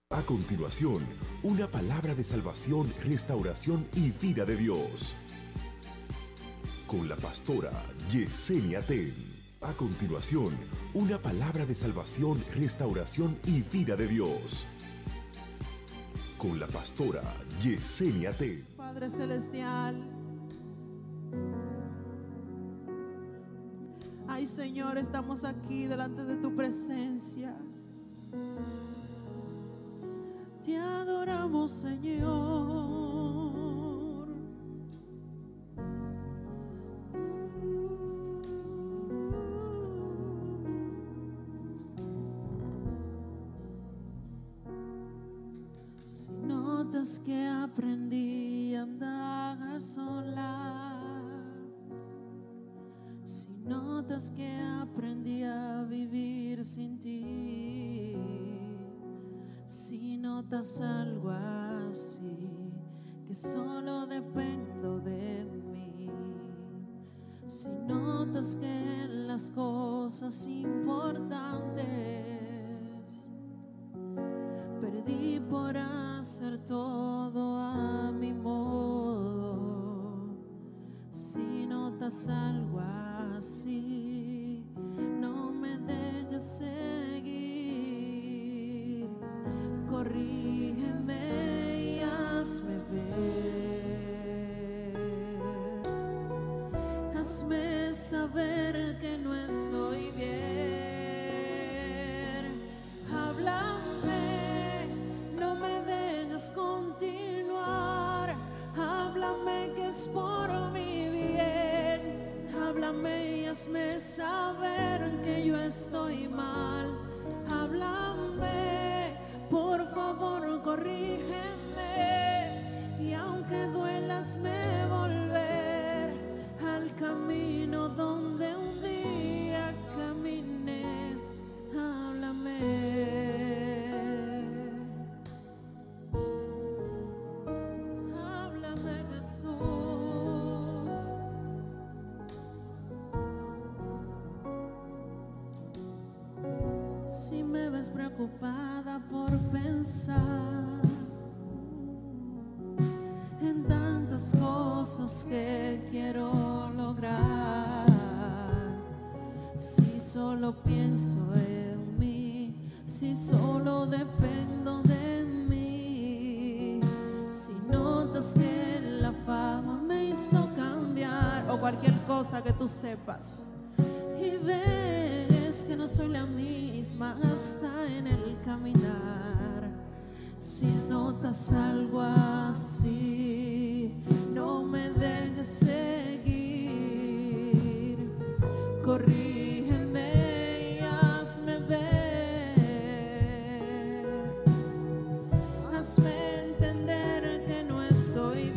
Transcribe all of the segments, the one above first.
A continuación, una palabra de salvación, restauración y vida de Dios. Con la pastora Yesenia Ten. A continuación, una palabra de salvación, restauración y vida de Dios. Con la pastora Yesenia Ten. Padre Celestial, ay Señor, estamos aquí delante de tu presencia. Te adoramos, Señor. Si notas que aprendí a andar sola, si notas que aprendí a vivir sin ti, si notas algo así, que solo dependo de mí, si notas que las cosas importantes perdí por hacer todo a mi modo, si notas algo así, no me dejes seguir. Corrígeme y hazme ver, hazme saber que no estoy bien. Háblame, no me dejes continuar, háblame que es por mi bien. Háblame y hazme saber que yo estoy mal. Háblame, por favor, corrígeme, y aunque duela, hazme volver al camino donde un día caminé. Háblame, háblame, Jesús. Si me ves preocupada por pensar en tantas cosas que quiero lograr, si solo pienso en mí, si solo dependo de mí, si notas que la fama me hizo cambiar o cualquier cosa que tú sepas y ves que no soy la misma hasta en el caminar, si notas algo así, no me dejes seguir. Corrígeme y hazme ver, hazme entender que no estoy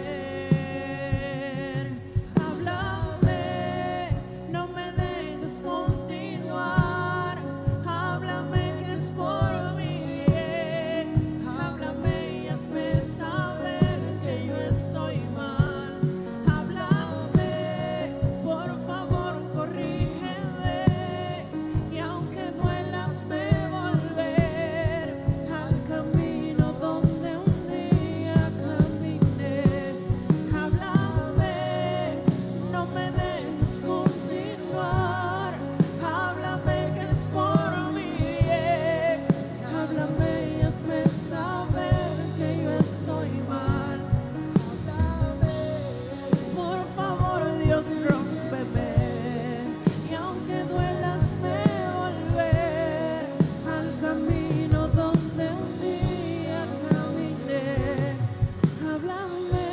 bien. Háblame, no me dejes continuar, háblame que es por mi bien. Háblame y hazme saber que yo estoy mal. Háblame, por favor, corrígeme, y aunque duela, hazme volver al camino donde un día caminé. Háblame, no me dejes continuar, háblame que es por mi bien. Háblame y hazme saber que yo estoy mal. Háblame, por favor, Dios, rómpeme, y aunque duela, hazme volver al camino donde un día caminé. Háblame.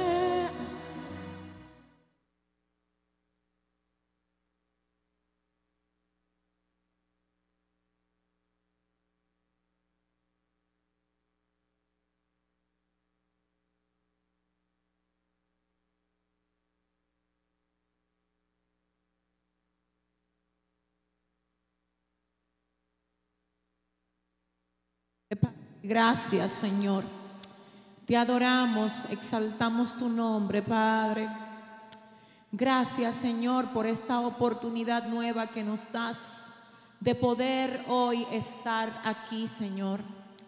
Gracias, Señor. Te adoramos, exaltamos tu nombre, Padre. Gracias, Señor, por esta oportunidad nueva que nos das de poder hoy estar aquí, Señor.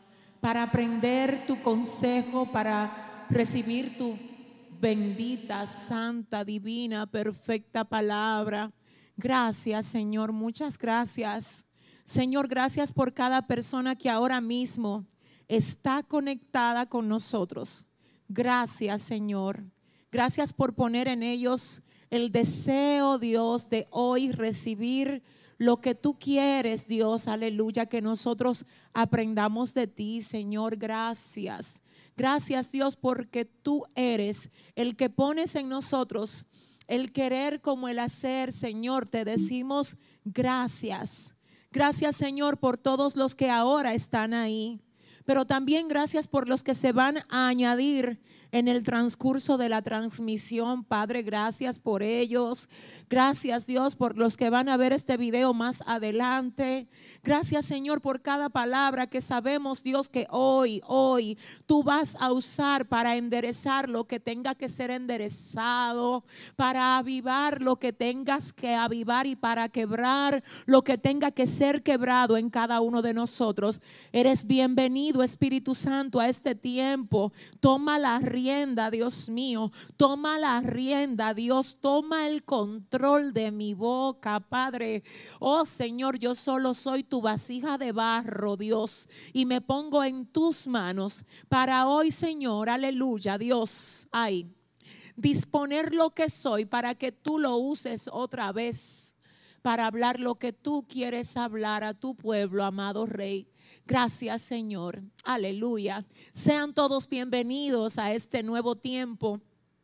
para aprender tu consejo, para recibir tu bendita, santa, divina, perfecta palabra. Gracias, Señor, muchas gracias. Señor, gracias por cada persona que ahora mismo está conectada con nosotros. Gracias, Señor. Gracias por poner en ellos el deseo, Dios, de hoy recibir lo que tú quieres, Dios, aleluya, que nosotros aprendamos de ti, Señor. Gracias. Gracias, Dios, porque tú eres el que pones en nosotros el querer como el hacer, Señor. Te decimos gracias. Gracias, Señor, por todos los que ahora están ahí, pero también gracias por los que se van a añadir en el transcurso de la transmisión. Padre, gracias por ellos. Gracias, Dios, por los que van a ver este video más adelante. Gracias, Señor, por cada palabra que sabemos, Dios, que hoy tú vas a usar para enderezar lo que tenga que ser enderezado, para avivar lo que tengas que avivar y para quebrar lo que tenga que ser quebrado en cada uno de nosotros. Eres bienvenido, Espíritu Santo, a este tiempo. Toma la rienda, Dios mío. Toma la rienda, Dios. Toma el control de mi boca, Padre. Oh, Señor, yo solo soy tu vasija de barro, Dios, y me pongo en tus manos para hoy, Señor, aleluya, Dios, ay, disponer lo que soy para que tú lo uses otra vez, para hablar lo que tú quieres hablar a tu pueblo, amado Rey. Gracias, Señor, aleluya. Sean todos bienvenidos a este nuevo tiempo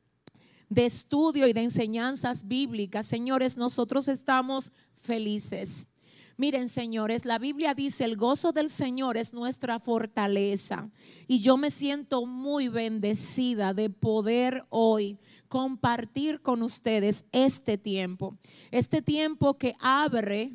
de estudio y de enseñanzas bíblicas. Señores, nosotros estamos felices. Miren, señores, la Biblia dice: el gozo del Señor es nuestra fortaleza. Y yo me siento muy bendecida de poder hoy compartir con ustedes este tiempo que abre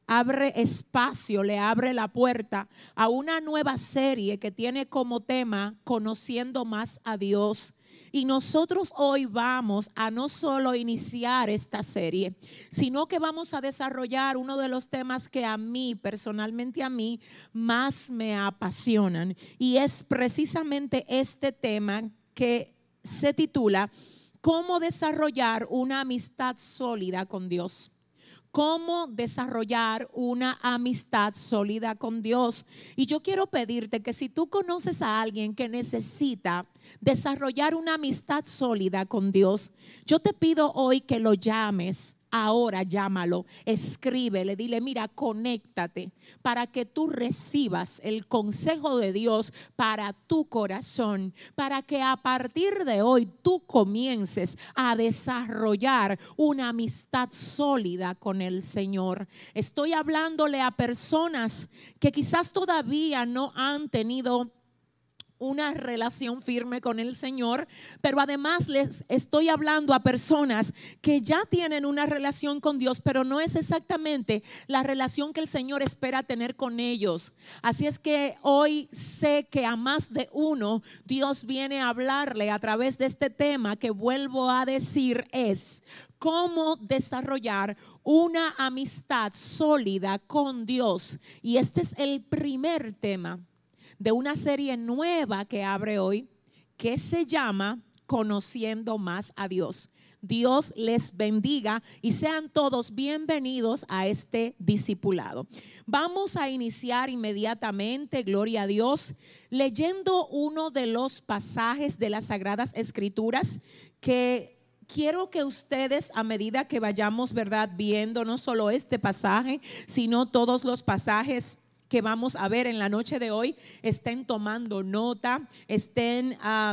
espacio, le abre la puerta a una nueva serie que tiene como tema Conociendo más a Dios. Y nosotros hoy vamos a no solo iniciar esta serie, sino que vamos a desarrollar uno de los temas que a mí, personalmente a mí, más me apasionan. Y es precisamente este tema que se titula ¿Cómo desarrollar una amistad sólida con Dios? Cómo desarrollar una amistad sólida con Dios. Y yo quiero pedirte que si tú conoces a alguien que necesita desarrollar una amistad sólida con Dios, yo te pido hoy que lo llames. Ahora llámalo, escríbele, dile: mira, conéctate para que tú recibas el consejo de Dios para tu corazón, para que a partir de hoy tú comiences a desarrollar una amistad sólida con el Señor. Estoy hablándole a personas que quizás todavía no han tenido una relación firme con el Señor, pero además les estoy hablando a personas que ya tienen una relación con Dios, pero no es exactamente la relación que el Señor espera tener con ellos. Así es que hoy sé que a más de uno Dios viene a hablarle a través de este tema que, vuelvo a decir, es cómo desarrollar una amistad sólida con Dios. Y este es el primer tema de una serie nueva que abre hoy, que se llama Conociendo más a Dios. Dios les bendiga y sean todos bienvenidos a este discipulado. Vamos a iniciar inmediatamente, gloria a Dios, leyendo uno de los pasajes de las Sagradas Escrituras que quiero que ustedes, a medida que vayamos, ¿verdad?, viendo no solo este pasaje, sino todos los pasajes que vamos a ver en la noche de hoy, estén tomando nota, estén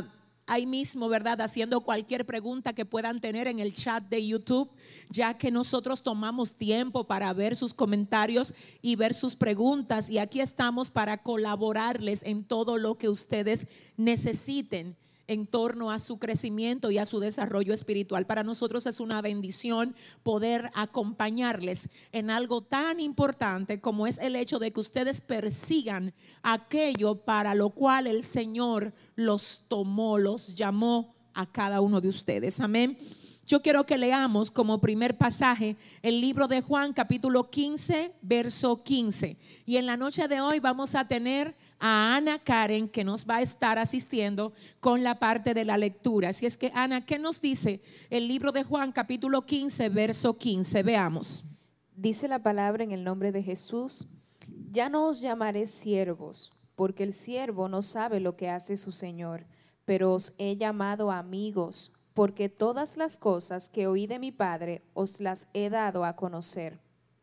ahí mismo, ¿verdad?, haciendo cualquier pregunta que puedan tener en el chat de YouTube, ya que nosotros tomamos tiempo para ver sus comentarios y ver sus preguntas, y aquí estamos para colaborarles en todo lo que ustedes necesiten en torno a su crecimiento y a su desarrollo espiritual. Para nosotros es una bendición poder acompañarles en algo tan importante como es el hecho de que ustedes persigan aquello para lo cual el Señor los tomó, los llamó a cada uno de ustedes. Amén. Yo quiero que leamos como primer pasaje el libro de Juan, capítulo 15, verso 15. Y en la noche de hoy vamos a tener a Ana Karen, que nos va a estar asistiendo con la parte de la lectura. Así es que, Ana, ¿qué nos dice el libro de Juan, capítulo 15, verso 15? Veamos. Dice la palabra en el nombre de Jesús: ya no os llamaré siervos, porque el siervo no sabe lo que hace su Señor, pero os he llamado amigos, porque todas las cosas que oí de mi Padre os las he dado a conocer.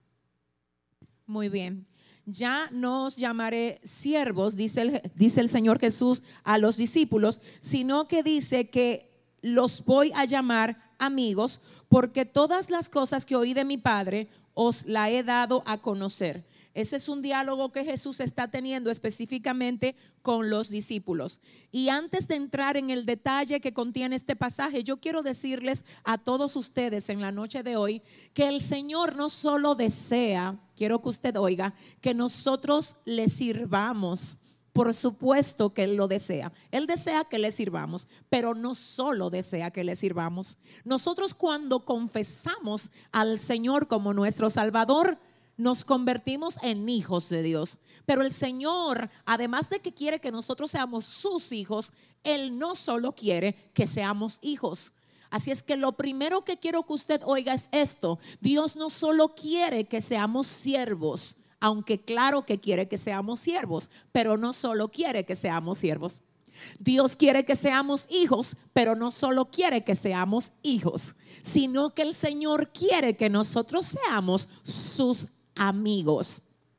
Muy bien. Ya no os llamaré siervos, dice el Señor Jesús a los discípulos, sino que dice que los voy a llamar amigos, porque todas las cosas que oí de mi Padre os la he dado a conocer. Ese es un diálogo que Jesús está teniendo específicamente con los discípulos. Y antes de entrar en el detalle que contiene este pasaje, yo quiero decirles a todos ustedes en la noche de hoy que el Señor no solo desea, quiero que usted oiga, que nosotros le sirvamos. Por supuesto que Él lo desea. Él desea que le sirvamos, pero no solo desea que le sirvamos. Nosotros, cuando confesamos al Señor como nuestro Salvador, nos convertimos en hijos de Dios. Pero el Señor, además de que quiere que nosotros seamos sus hijos, Él no solo quiere que seamos hijos. Así es que lo primero que quiero que usted oiga es esto: Dios no solo quiere que seamos siervos, aunque claro que quiere que seamos siervos, pero no solo quiere que seamos siervos. Dios quiere que seamos hijos, pero no solo quiere que seamos hijos, sino que el Señor quiere que nosotros seamos sus amigos.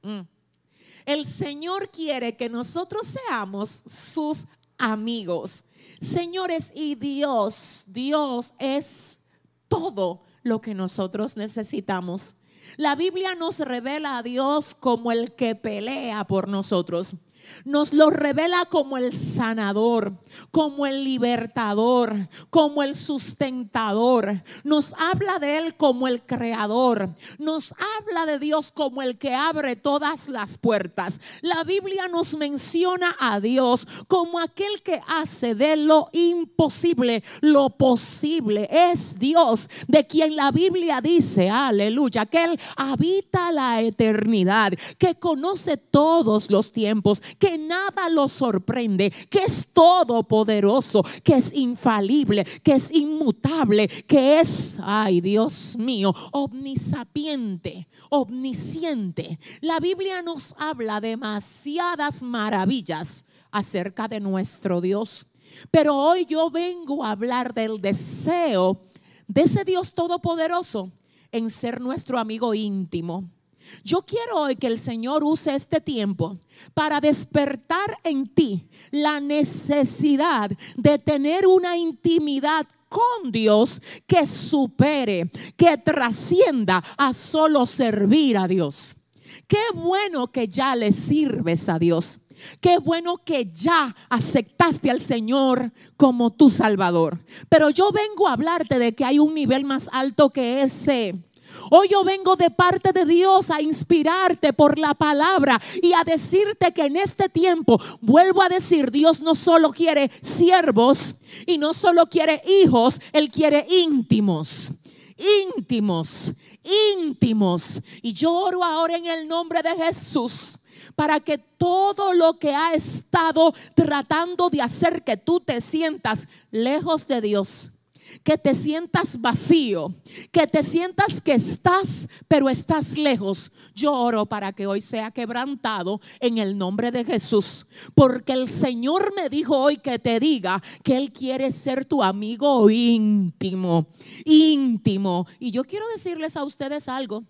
El Señor quiere que nosotros seamos sus amigos. Señores, y Dios es todo lo que nosotros necesitamos. La Biblia nos revela a Dios como el que pelea por nosotros. Nos lo revela como el sanador, como el libertador, como el sustentador. Nos habla de Él como el creador. Nos habla de Dios como el que abre todas las puertas. La Biblia nos menciona a Dios como aquel que hace de lo imposible lo posible. Es Dios de quien la Biblia dice, aleluya, que Él habita la eternidad, que conoce todos los tiempos, que nada lo sorprende, que es todopoderoso, que es infalible, que es inmutable, que es, ay Dios mío, omnisapiente, omnisciente. La Biblia nos habla demasiadas maravillas acerca de nuestro Dios, pero hoy yo vengo a hablar del deseo de ese Dios todopoderoso en ser nuestro amigo íntimo. Yo quiero hoy que el Señor use este tiempo para despertar en ti la necesidad de tener una intimidad con Dios que supere, que trascienda a solo servir a Dios. Qué bueno que ya le sirves a Dios. Qué bueno que ya aceptaste al Señor como tu Salvador. Pero yo vengo a hablarte de que hay un nivel más alto que ese. Hoy yo vengo de parte de Dios a inspirarte por la palabra y a decirte que en este tiempo, vuelvo a decir, Dios no solo quiere siervos y no solo quiere hijos, Él quiere íntimos. Íntimos, íntimos. Y yo oro ahora en el nombre de Jesús para que todo lo que ha estado tratando de hacer que tú te sientas lejos de Dios, que te sientas vacío, que te sientas que estás, pero estás lejos, yo oro para que hoy sea quebrantado en el nombre de Jesús, porque el Señor me dijo hoy que te diga que Él quiere ser tu amigo íntimo, íntimo. Y yo quiero decirles a ustedes algo.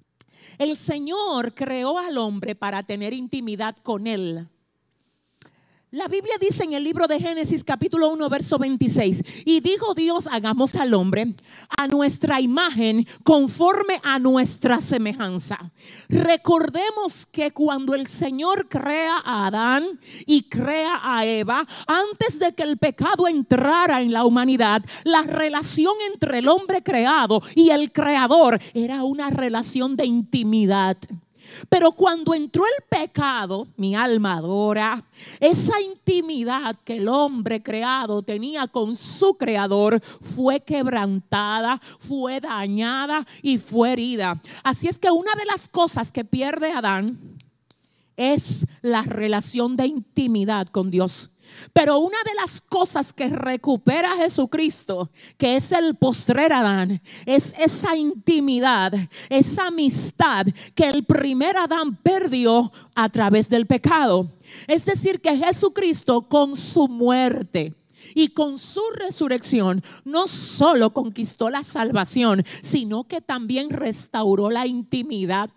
El Señor creó al hombre para tener intimidad con Él. La Biblia dice en el libro de Génesis capítulo 1 verso 26: y dijo Dios, hagamos al hombre a nuestra imagen, conforme a nuestra semejanza. Recordemos que cuando el Señor crea a Adán y crea a Eva, antes de que el pecado entrara en la humanidad, la relación entre el hombre creado y el creador era una relación de intimidad. Pero cuando entró el pecado, mi alma adora, esa intimidad que el hombre creado tenía con su creador fue quebrantada, fue dañada y fue herida. Así es que una de las cosas que pierde Adán es la relación de intimidad con Dios. Pero una de las cosas que recupera Jesucristo, que es el postrer Adán, es esa intimidad, esa amistad que el primer Adán perdió a través del pecado. Es decir, que Jesucristo con su muerte y con su resurrección no solo conquistó la salvación, sino que también restauró la intimidad.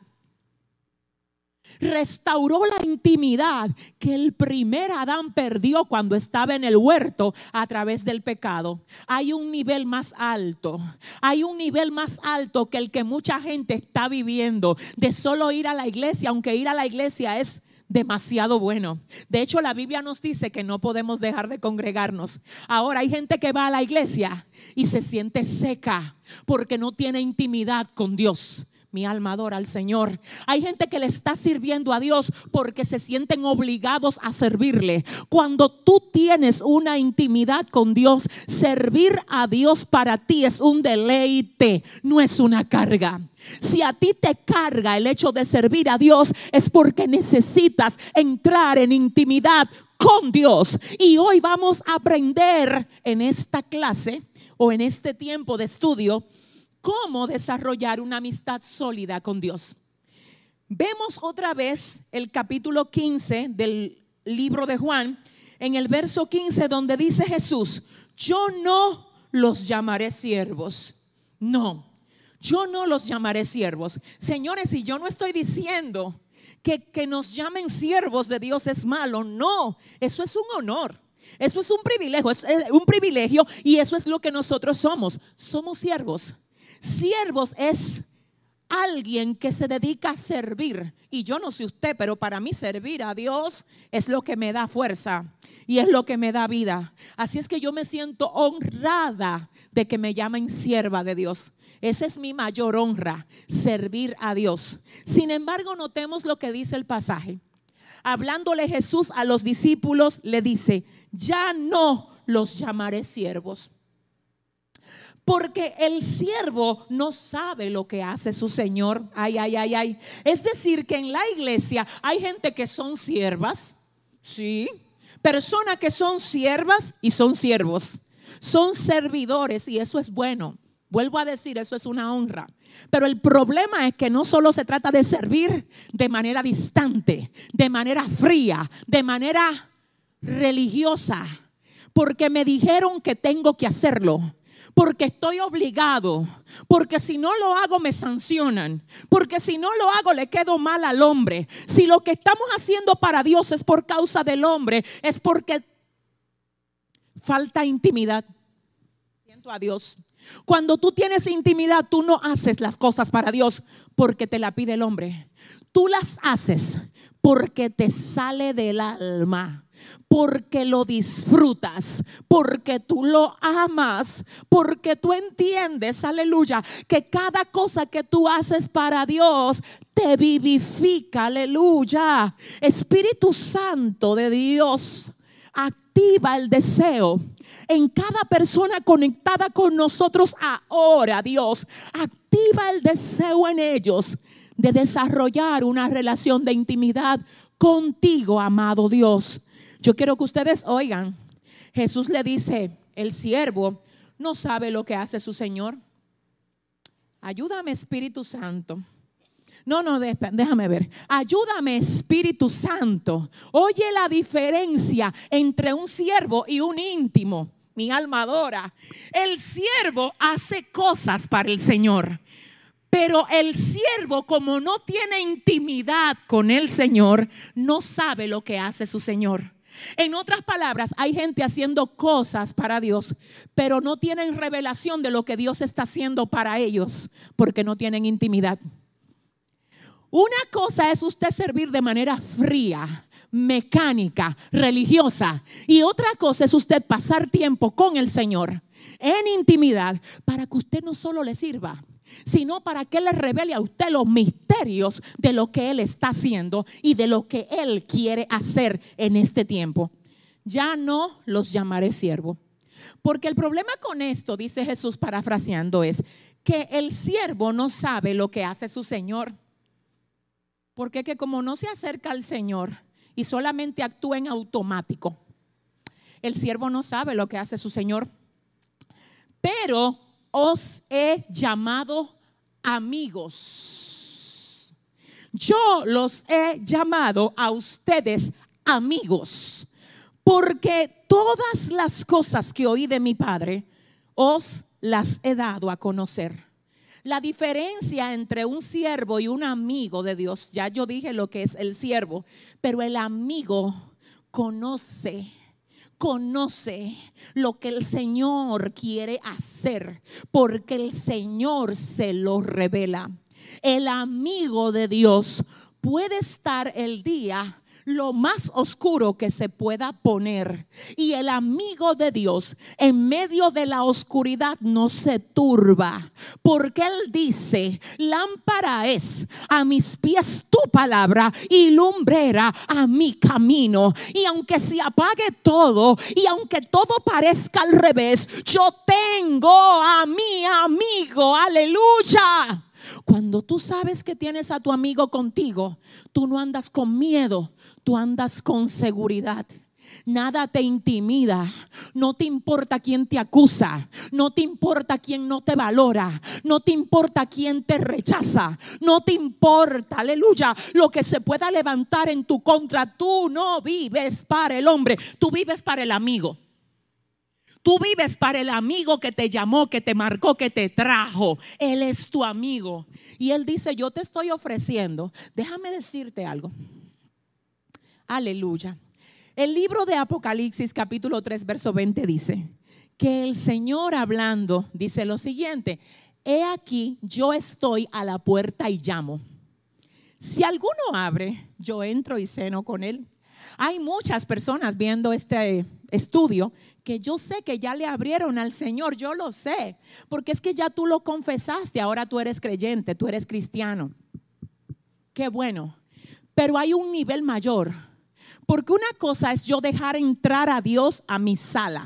Restauró la intimidad que el primer Adán perdió cuando estaba en el huerto a través del pecado. Hay un nivel más alto, hay un nivel más alto que el que mucha gente está viviendo, de solo ir a la iglesia, aunque ir a la iglesia es demasiado bueno. De hecho, la Biblia nos dice que no podemos dejar de congregarnos. Ahora hay gente que va a la iglesia y se siente seca porque no tiene intimidad con Dios. Mi alma adora al Señor. Hay gente que le está sirviendo a Dios porque se sienten obligados a servirle. Cuando tú tienes una intimidad con Dios, servir a Dios para ti es un deleite, no es una carga. Si a ti te carga el hecho de servir a Dios, es porque necesitas entrar en intimidad con Dios. Y hoy vamos a aprender en esta clase o en este tiempo de estudio cómo desarrollar una amistad sólida con Dios. Vemos otra vez el capítulo 15 del libro de Juan, en el verso 15, donde dice Jesús: yo no los llamaré siervos. No, yo no los llamaré siervos. Señores, y yo no estoy diciendo que nos llamen siervos de Dios es malo. No, eso es un honor. Eso es un privilegio, y eso es lo que nosotros somos. Somos siervos. Siervos es alguien que se dedica a servir. Y yo no sé usted, pero para mí servir a Dios es lo que me da fuerza y es lo que me da vida. Así es que yo me siento honrada de que me llamen sierva de Dios. Esa es mi mayor honra, servir a Dios. Sin embargo, notemos lo que dice el pasaje. Hablándole Jesús a los discípulos, le dice: ya no los llamaré siervos, porque el siervo no sabe lo que hace su Señor. Ay, ay, ay, ay. Es decir, que en la iglesia hay gente que son siervas, sí, personas que son siervas y son siervos, son servidores, y eso es bueno. Vuelvo a decir, eso es una honra. Pero el problema es que no solo se trata de servir de manera distante, de manera fría, de manera religiosa, porque me dijeron que tengo que hacerlo, porque estoy obligado, porque si no lo hago me sancionan, porque si no lo hago le quedo mal al hombre. Si lo que estamos haciendo para Dios es por causa del hombre, es porque falta intimidad. Siento a Dios. Cuando tú tienes intimidad, tú no haces las cosas para Dios porque te la pide el hombre. Tú las haces porque te sale del alma, porque lo disfrutas, porque tú lo amas, porque tú entiendes, aleluya, que cada cosa que tú haces para Dios te vivifica, aleluya. Espíritu Santo de Dios activa el deseo en cada persona conectada con nosotros ahora. Dios activa el deseo en ellos de desarrollar una relación de intimidad contigo, amado Dios. Yo quiero que ustedes oigan. Jesús le dice: el siervo no sabe lo que hace su Señor. Ayúdame, Espíritu Santo. No, déjame ver. Ayúdame, Espíritu Santo. Oye la diferencia entre un siervo y un íntimo. Mi alma adora. El siervo hace cosas para el Señor, pero el siervo, como no tiene intimidad con el Señor, no sabe lo que hace su Señor. En otras palabras, hay gente haciendo cosas para Dios, pero no tienen revelación de lo que Dios está haciendo para ellos, porque no tienen intimidad. Una cosa es usted servir de manera fría, mecánica, religiosa, y otra cosa es usted pasar tiempo con el Señor en intimidad para que usted no solo le sirva, sino para que le revele a usted los misterios de lo que Él está haciendo y de lo que Él quiere hacer en este tiempo. Ya no los llamaré siervo, porque el problema con esto, dice Jesús parafraseando, es que el siervo no sabe lo que hace su Señor. Porque es que como no se acerca al Señor y solamente actúa en automático, el siervo no sabe lo que hace su Señor. Pero os he llamado amigos. Yo los he llamado a ustedes amigos, porque todas las cosas que oí de mi Padre os las he dado a conocer. La diferencia entre un siervo y un amigo de Dios, ya yo dije lo que es el siervo, pero el amigo conoce lo que el Señor quiere hacer, porque el Señor se lo revela. El amigo de Dios puede estar el día lo más oscuro que se pueda poner, y el amigo de Dios en medio de la oscuridad no se turba, porque Él dice: lámpara es a mis pies tu palabra y lumbrera a mi camino. Y aunque se apague todo y aunque todo parezca al revés, yo tengo a mi amigo. Aleluya. Cuando tú sabes que tienes a tu amigo contigo, tú no andas con miedo, tú andas con seguridad. Nada te intimida, no te importa quién te acusa, no te importa quién no te valora, no te importa quién te rechaza, no te importa, aleluya, lo que se pueda levantar en tu contra. Tú no vives para el hombre, tú vives para el amigo. Tú vives para el amigo que te llamó, que te marcó, que te trajo. Él es tu amigo. Y Él dice: yo te estoy ofreciendo. Déjame decirte algo. Aleluya. El libro de Apocalipsis capítulo 3 verso 20 dice que el Señor hablando dice lo siguiente: he aquí, yo estoy a la puerta y llamo. Si alguno abre, yo entro y ceno con él. Hay muchas personas viendo este estudio que yo sé que ya le abrieron al Señor. Yo lo sé, porque es que ya tú lo confesaste. Ahora tú eres creyente, tú eres cristiano. Qué bueno. Pero hay un nivel mayor, porque una cosa es yo dejar entrar a Dios a mi sala,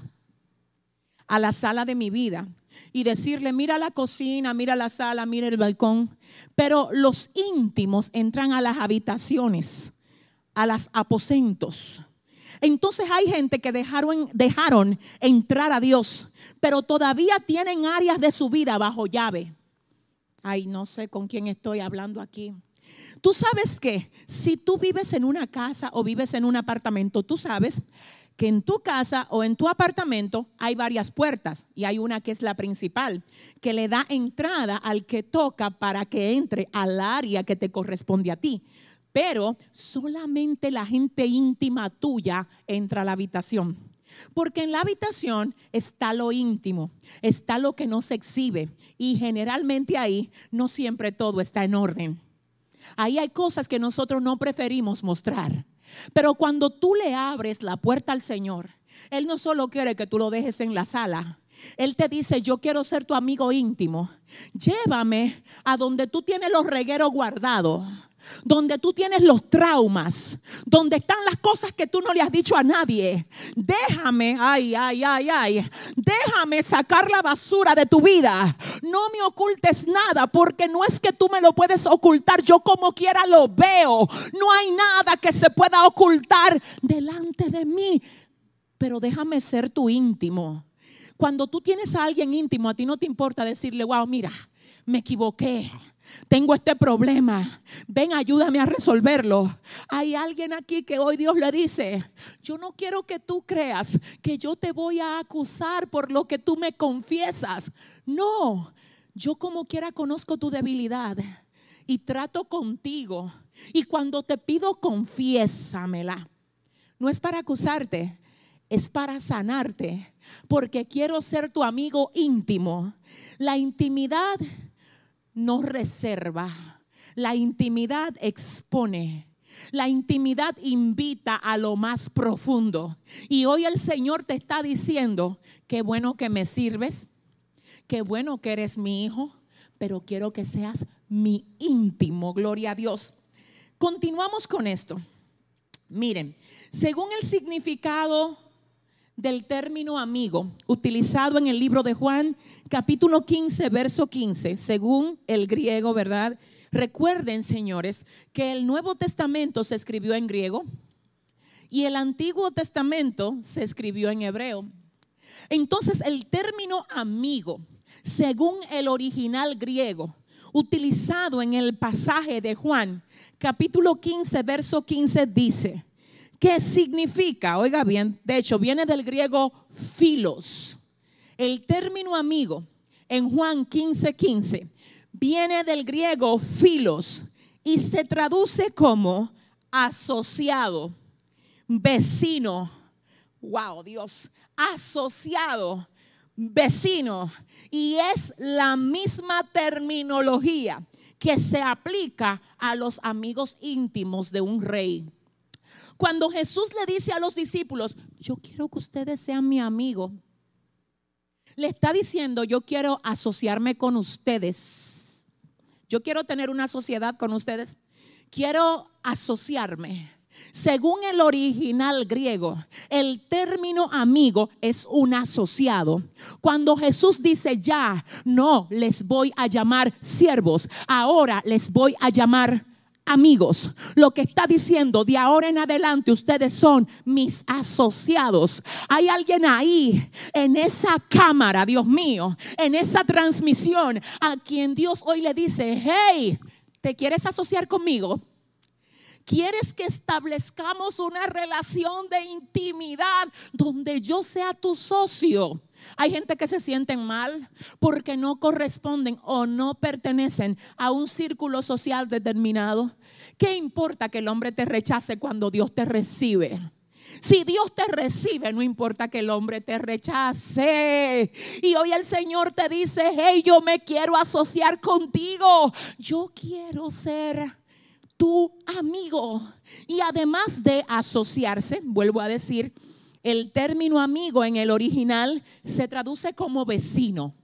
a la sala de mi vida, y decirle: mira la cocina, mira la sala, mira el balcón. Pero los íntimos entran a las habitaciones, a los aposentos. Entonces hay gente que dejaron entrar a Dios, pero todavía tienen áreas de su vida bajo llave. Ay, no sé con quién estoy hablando aquí. Tú sabes que si tú vives en una casa o vives en un apartamento, tú sabes que en tu casa o en tu apartamento hay varias puertas, y hay una que es la principal, que le da entrada al que toca para que entre al área que te corresponde a ti. Pero solamente la gente íntima tuya entra a la habitación. Porque en la habitación está lo íntimo, está lo que no se exhibe. Y generalmente ahí no siempre todo está en orden. Ahí hay cosas que nosotros no preferimos mostrar. Pero cuando tú le abres la puerta al Señor, Él no solo quiere que tú lo dejes en la sala. Él te dice: yo quiero ser tu amigo íntimo. Llévame a donde tú tienes los regueros guardados, donde tú tienes los traumas, donde están las cosas que tú no le has dicho a nadie. Déjame, déjame sacar la basura de tu vida. No me ocultes nada, porque no es que tú me lo puedes ocultar. Yo como quiera lo veo. No hay nada que se pueda ocultar delante de mí. Pero déjame ser tu íntimo. Cuando tú tienes a alguien íntimo, a ti no te importa decirle: wow, mira, me equivoqué, tengo este problema, ven, ayúdame a resolverlo. Hay alguien aquí que hoy Dios le dice: yo no quiero que tú creas que yo te voy a acusar por lo que tú me confiesas. No, yo como quiera conozco tu debilidad y trato contigo. Y cuando te pido, confiésamela. No es para acusarte, es para sanarte, porque quiero ser tu amigo íntimo. La intimidad no reserva, la intimidad expone, la intimidad invita a lo más profundo. Y hoy el Señor te está diciendo: qué bueno que me sirves, qué bueno que eres mi hijo, pero quiero que seas mi íntimo. Gloria a Dios. Continuamos con esto. Miren, según el significado del término amigo utilizado en el libro de Juan capítulo 15 verso 15, según el griego, ¿verdad? Recuerden, señores, que el Nuevo Testamento se escribió en griego y el Antiguo Testamento se escribió en hebreo. Entonces, el término amigo, según el original griego, utilizado en el pasaje de Juan, capítulo 15, verso 15, dice, ¿qué significa? Oiga bien, de hecho, viene del griego philos. El término amigo en Juan 15, 15 viene del griego philos y se traduce como asociado, vecino. Wow, Dios, asociado, vecino. Y es la misma terminología que se aplica a los amigos íntimos de un rey. Cuando Jesús le dice a los discípulos, yo quiero que ustedes sean mi amigo, le está diciendo, yo quiero asociarme con ustedes. Yo quiero tener una sociedad con ustedes. Quiero asociarme. Según el original griego, el término amigo es un asociado. Cuando Jesús dice ya, no les voy a llamar siervos, ahora les voy a llamar amigos, lo que está diciendo, de ahora en adelante ustedes son mis asociados. Hay alguien ahí en esa cámara, Dios mío, en esa transmisión, a quien Dios hoy le dice, hey, ¿te quieres asociar conmigo? ¿Quieres que establezcamos una relación de intimidad donde yo sea tu socio? Hay gente que se sienten mal porque no corresponden o no pertenecen a un círculo social determinado. ¿Qué importa que el hombre te rechace cuando Dios te recibe? Si Dios te recibe, no importa que el hombre te rechace. Y hoy el Señor te dice, hey, yo me quiero asociar contigo. Yo quiero ser tu amigo. Y además de asociarse, vuelvo a decir, el término amigo en el original se traduce como vecino.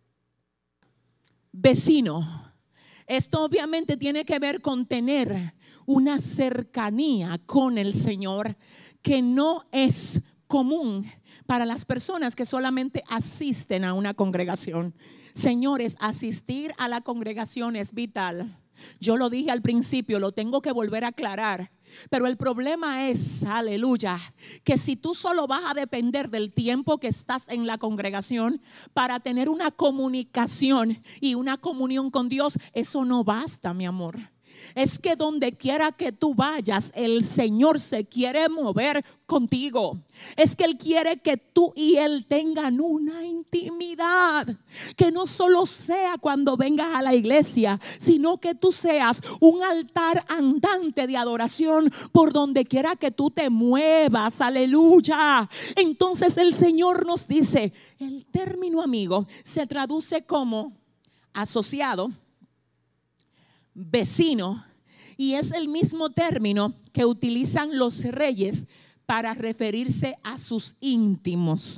Vecino. Esto obviamente tiene que ver con tener una cercanía con el Señor que no es común para las personas que solamente asisten a una congregación. Señores, asistir a la congregación es vital. Yo lo dije al principio, lo tengo que volver a aclarar. Pero el problema es, aleluya, que si tú solo vas a depender del tiempo que estás en la congregación para tener una comunicación y una comunión con Dios, eso no basta, mi amor. Es que donde quiera que tú vayas, el Señor se quiere mover contigo. Es que Él quiere que tú y Él tengan una intimidad, que no solo sea cuando vengas a la iglesia, sino que tú seas un altar andante de adoración por donde quiera que tú te muevas, aleluya. Entonces el Señor nos dice, el término amigo se traduce como asociado, vecino, y es el mismo término que utilizan los reyes para referirse a sus íntimos,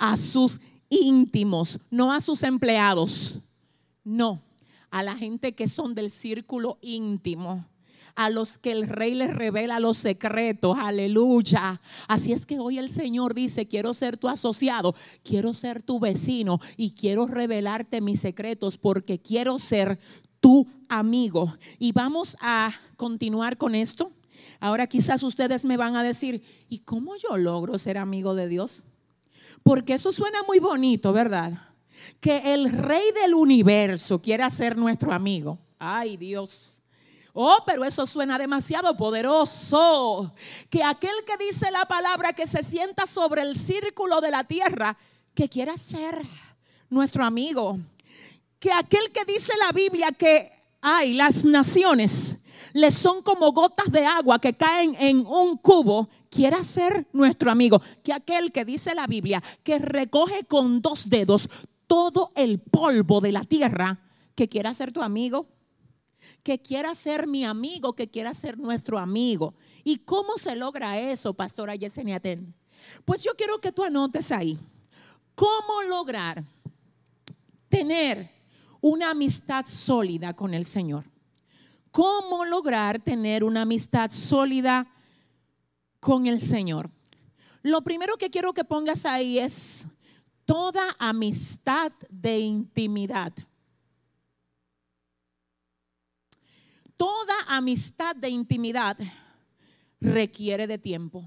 no a sus empleados, no, a la gente que son del círculo íntimo, a los que el rey les revela los secretos, aleluya. Así es que hoy el Señor dice, quiero ser tu asociado, quiero ser tu vecino y quiero revelarte mis secretos porque quiero ser tu amigo. Y vamos a continuar con esto. Ahora quizás ustedes me van a decir, ¿y cómo yo logro ser amigo de Dios? Porque eso suena muy bonito, ¿verdad? Que el rey del universo quiera ser nuestro amigo. Ay, Dios. Oh, pero eso suena demasiado poderoso. Que aquel que dice la palabra que se sienta sobre el círculo de la tierra, que quiera ser nuestro amigo. Que aquel que dice la Biblia que las naciones les son como gotas de agua que caen en un cubo, quiera ser nuestro amigo. Que aquel que dice la Biblia que recoge con 2 dedos todo el polvo de la tierra, que quiera ser tu amigo, que quiera ser mi amigo, que quiera ser nuestro amigo. ¿Y cómo se logra eso, pastora Yesenia Ten? Pues yo quiero que tú anotes ahí. ¿Cómo lograr tener una amistad sólida con el Señor? ¿Cómo lograr tener una amistad sólida con el Señor? Lo primero que quiero que pongas ahí es toda amistad de intimidad. Toda amistad de intimidad requiere de tiempo.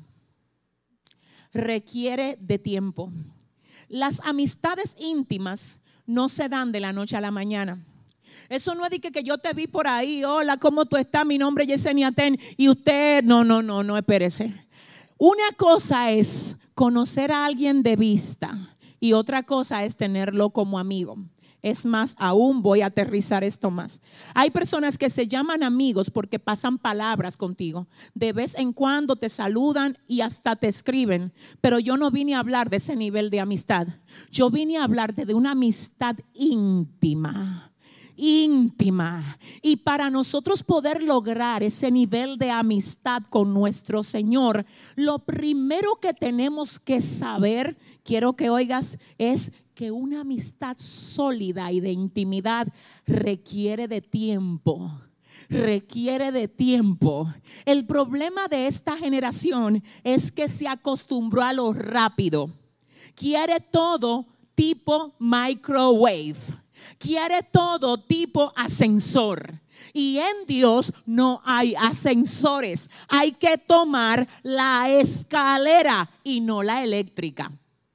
Requiere de tiempo. Las amistades íntimas no se dan de la noche a la mañana. Eso no es de que yo te vi por ahí, hola, ¿cómo tú estás? Mi nombre es Yesenia Ten y usted, no, espérese. Una cosa es conocer a alguien de vista y otra cosa es tenerlo como amigo. Es más, aún voy a aterrizar esto más. Hay personas que se llaman amigos porque pasan palabras contigo. De vez en cuando te saludan y hasta te escriben. Pero yo no vine a hablar de ese nivel de amistad. Yo vine a hablarte de una amistad íntima. Íntima. Y para nosotros poder lograr ese nivel de amistad con nuestro Señor, lo primero que tenemos que saber, quiero que oigas, es que una amistad sólida y de intimidad requiere de tiempo. Requiere de tiempo. El problema de esta generación es que se acostumbró a lo rápido. Quiere todo tipo microwave. Quiere todo tipo ascensor. Y en Dios no hay ascensores. Hay que tomar la escalera y no la eléctrica.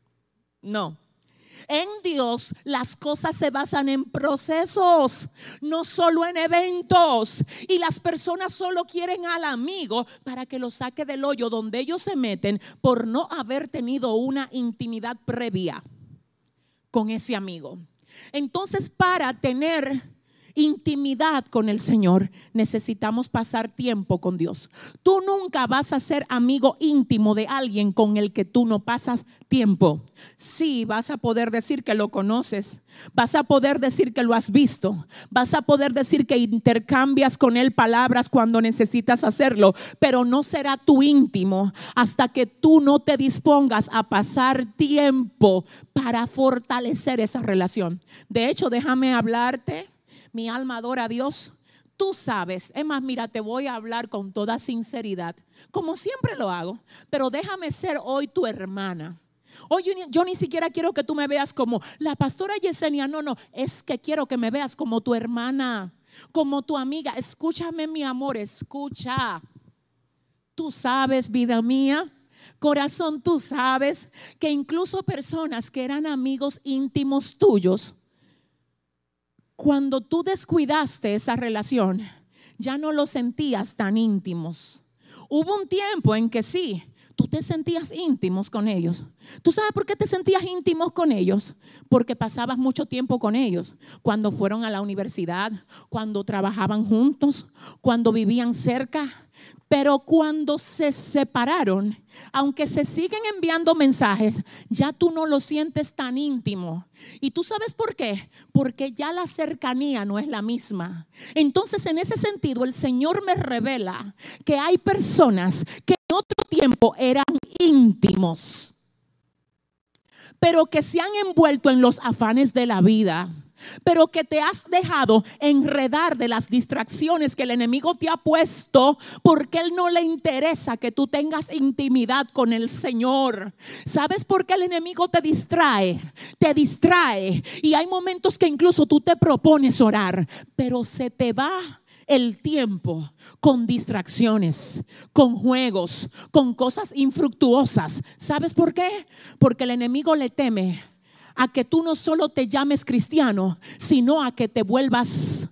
No. En Dios las cosas se basan en procesos, no solo en eventos. Y las personas solo quieren al amigo para que lo saque del hoyo donde ellos se meten por no haber tenido una intimidad previa con ese amigo. Entonces, para tener intimidad con el Señor, necesitamos pasar tiempo con Dios. Tú nunca vas a ser amigo íntimo de alguien con el que tú no pasas tiempo. Sí, vas a poder decir que lo conoces, vas a poder decir que lo has visto, vas a poder decir que intercambias con él palabras cuando necesitas hacerlo, pero no será tu íntimo hasta que tú no te dispongas a pasar tiempo para fortalecer esa relación. De hecho, déjame hablarte. Mi alma adora a Dios. Tú sabes, es más, mira, te voy a hablar con toda sinceridad, como siempre lo hago, pero déjame ser hoy tu hermana. Hoy yo ni siquiera quiero que tú me veas como la pastora Yesenia, no, es que quiero que me veas como tu hermana, como tu amiga. Escúchame, mi amor, escucha. Tú sabes, vida mía, corazón, tú sabes que incluso personas que eran amigos íntimos tuyos, cuando tú descuidaste esa relación, ya no los sentías tan íntimos. Hubo un tiempo en que sí, tú te sentías íntimos con ellos. ¿Tú sabes por qué te sentías íntimos con ellos? Porque pasabas mucho tiempo con ellos. Cuando fueron a la universidad, cuando trabajaban juntos, cuando vivían cerca. Pero cuando se separaron, aunque se siguen enviando mensajes, ya tú no lo sientes tan íntimo. ¿Y tú sabes por qué? Porque ya la cercanía no es la misma. Entonces, en ese sentido, el Señor me revela que hay personas que en otro tiempo eran íntimos, pero que se han envuelto en los afanes de la vida, pero que te has dejado enredar de las distracciones que el enemigo te ha puesto, porque él no le interesa que tú tengas intimidad con el Señor. ¿Sabes por qué el enemigo te distrae? Te distrae, y hay momentos que incluso tú te propones orar, pero se te va el tiempo con distracciones, con juegos, con cosas infructuosas. ¿Sabes por qué? Porque el enemigo le teme a que tú no solo te llames cristiano, sino a que te vuelvas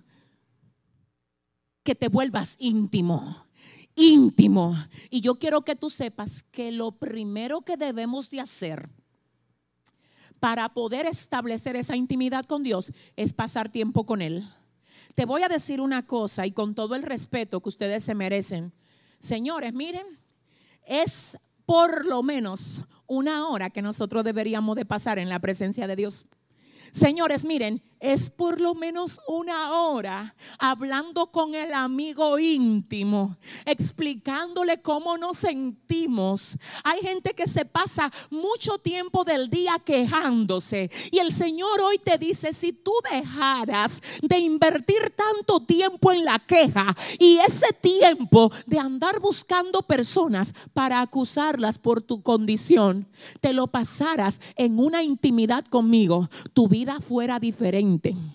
íntimo. Íntimo. Y yo quiero que tú sepas que lo primero que debemos de hacer para poder establecer esa intimidad con Dios es pasar tiempo con Él. Te voy a decir una cosa, y con todo el respeto que ustedes se merecen, señores, miren, es por lo menos una hora que nosotros deberíamos de pasar en la presencia de Dios. Señores, miren, es por lo menos una hora hablando con el amigo íntimo, explicándole cómo nos sentimos. Hay gente que se pasa mucho tiempo del día quejándose, y el Señor hoy te dice: si tú dejaras de invertir tanto tiempo en la queja y ese tiempo de andar buscando personas para acusarlas por tu condición, te lo pasaras en una intimidad conmigo, tu vida fuera diferente.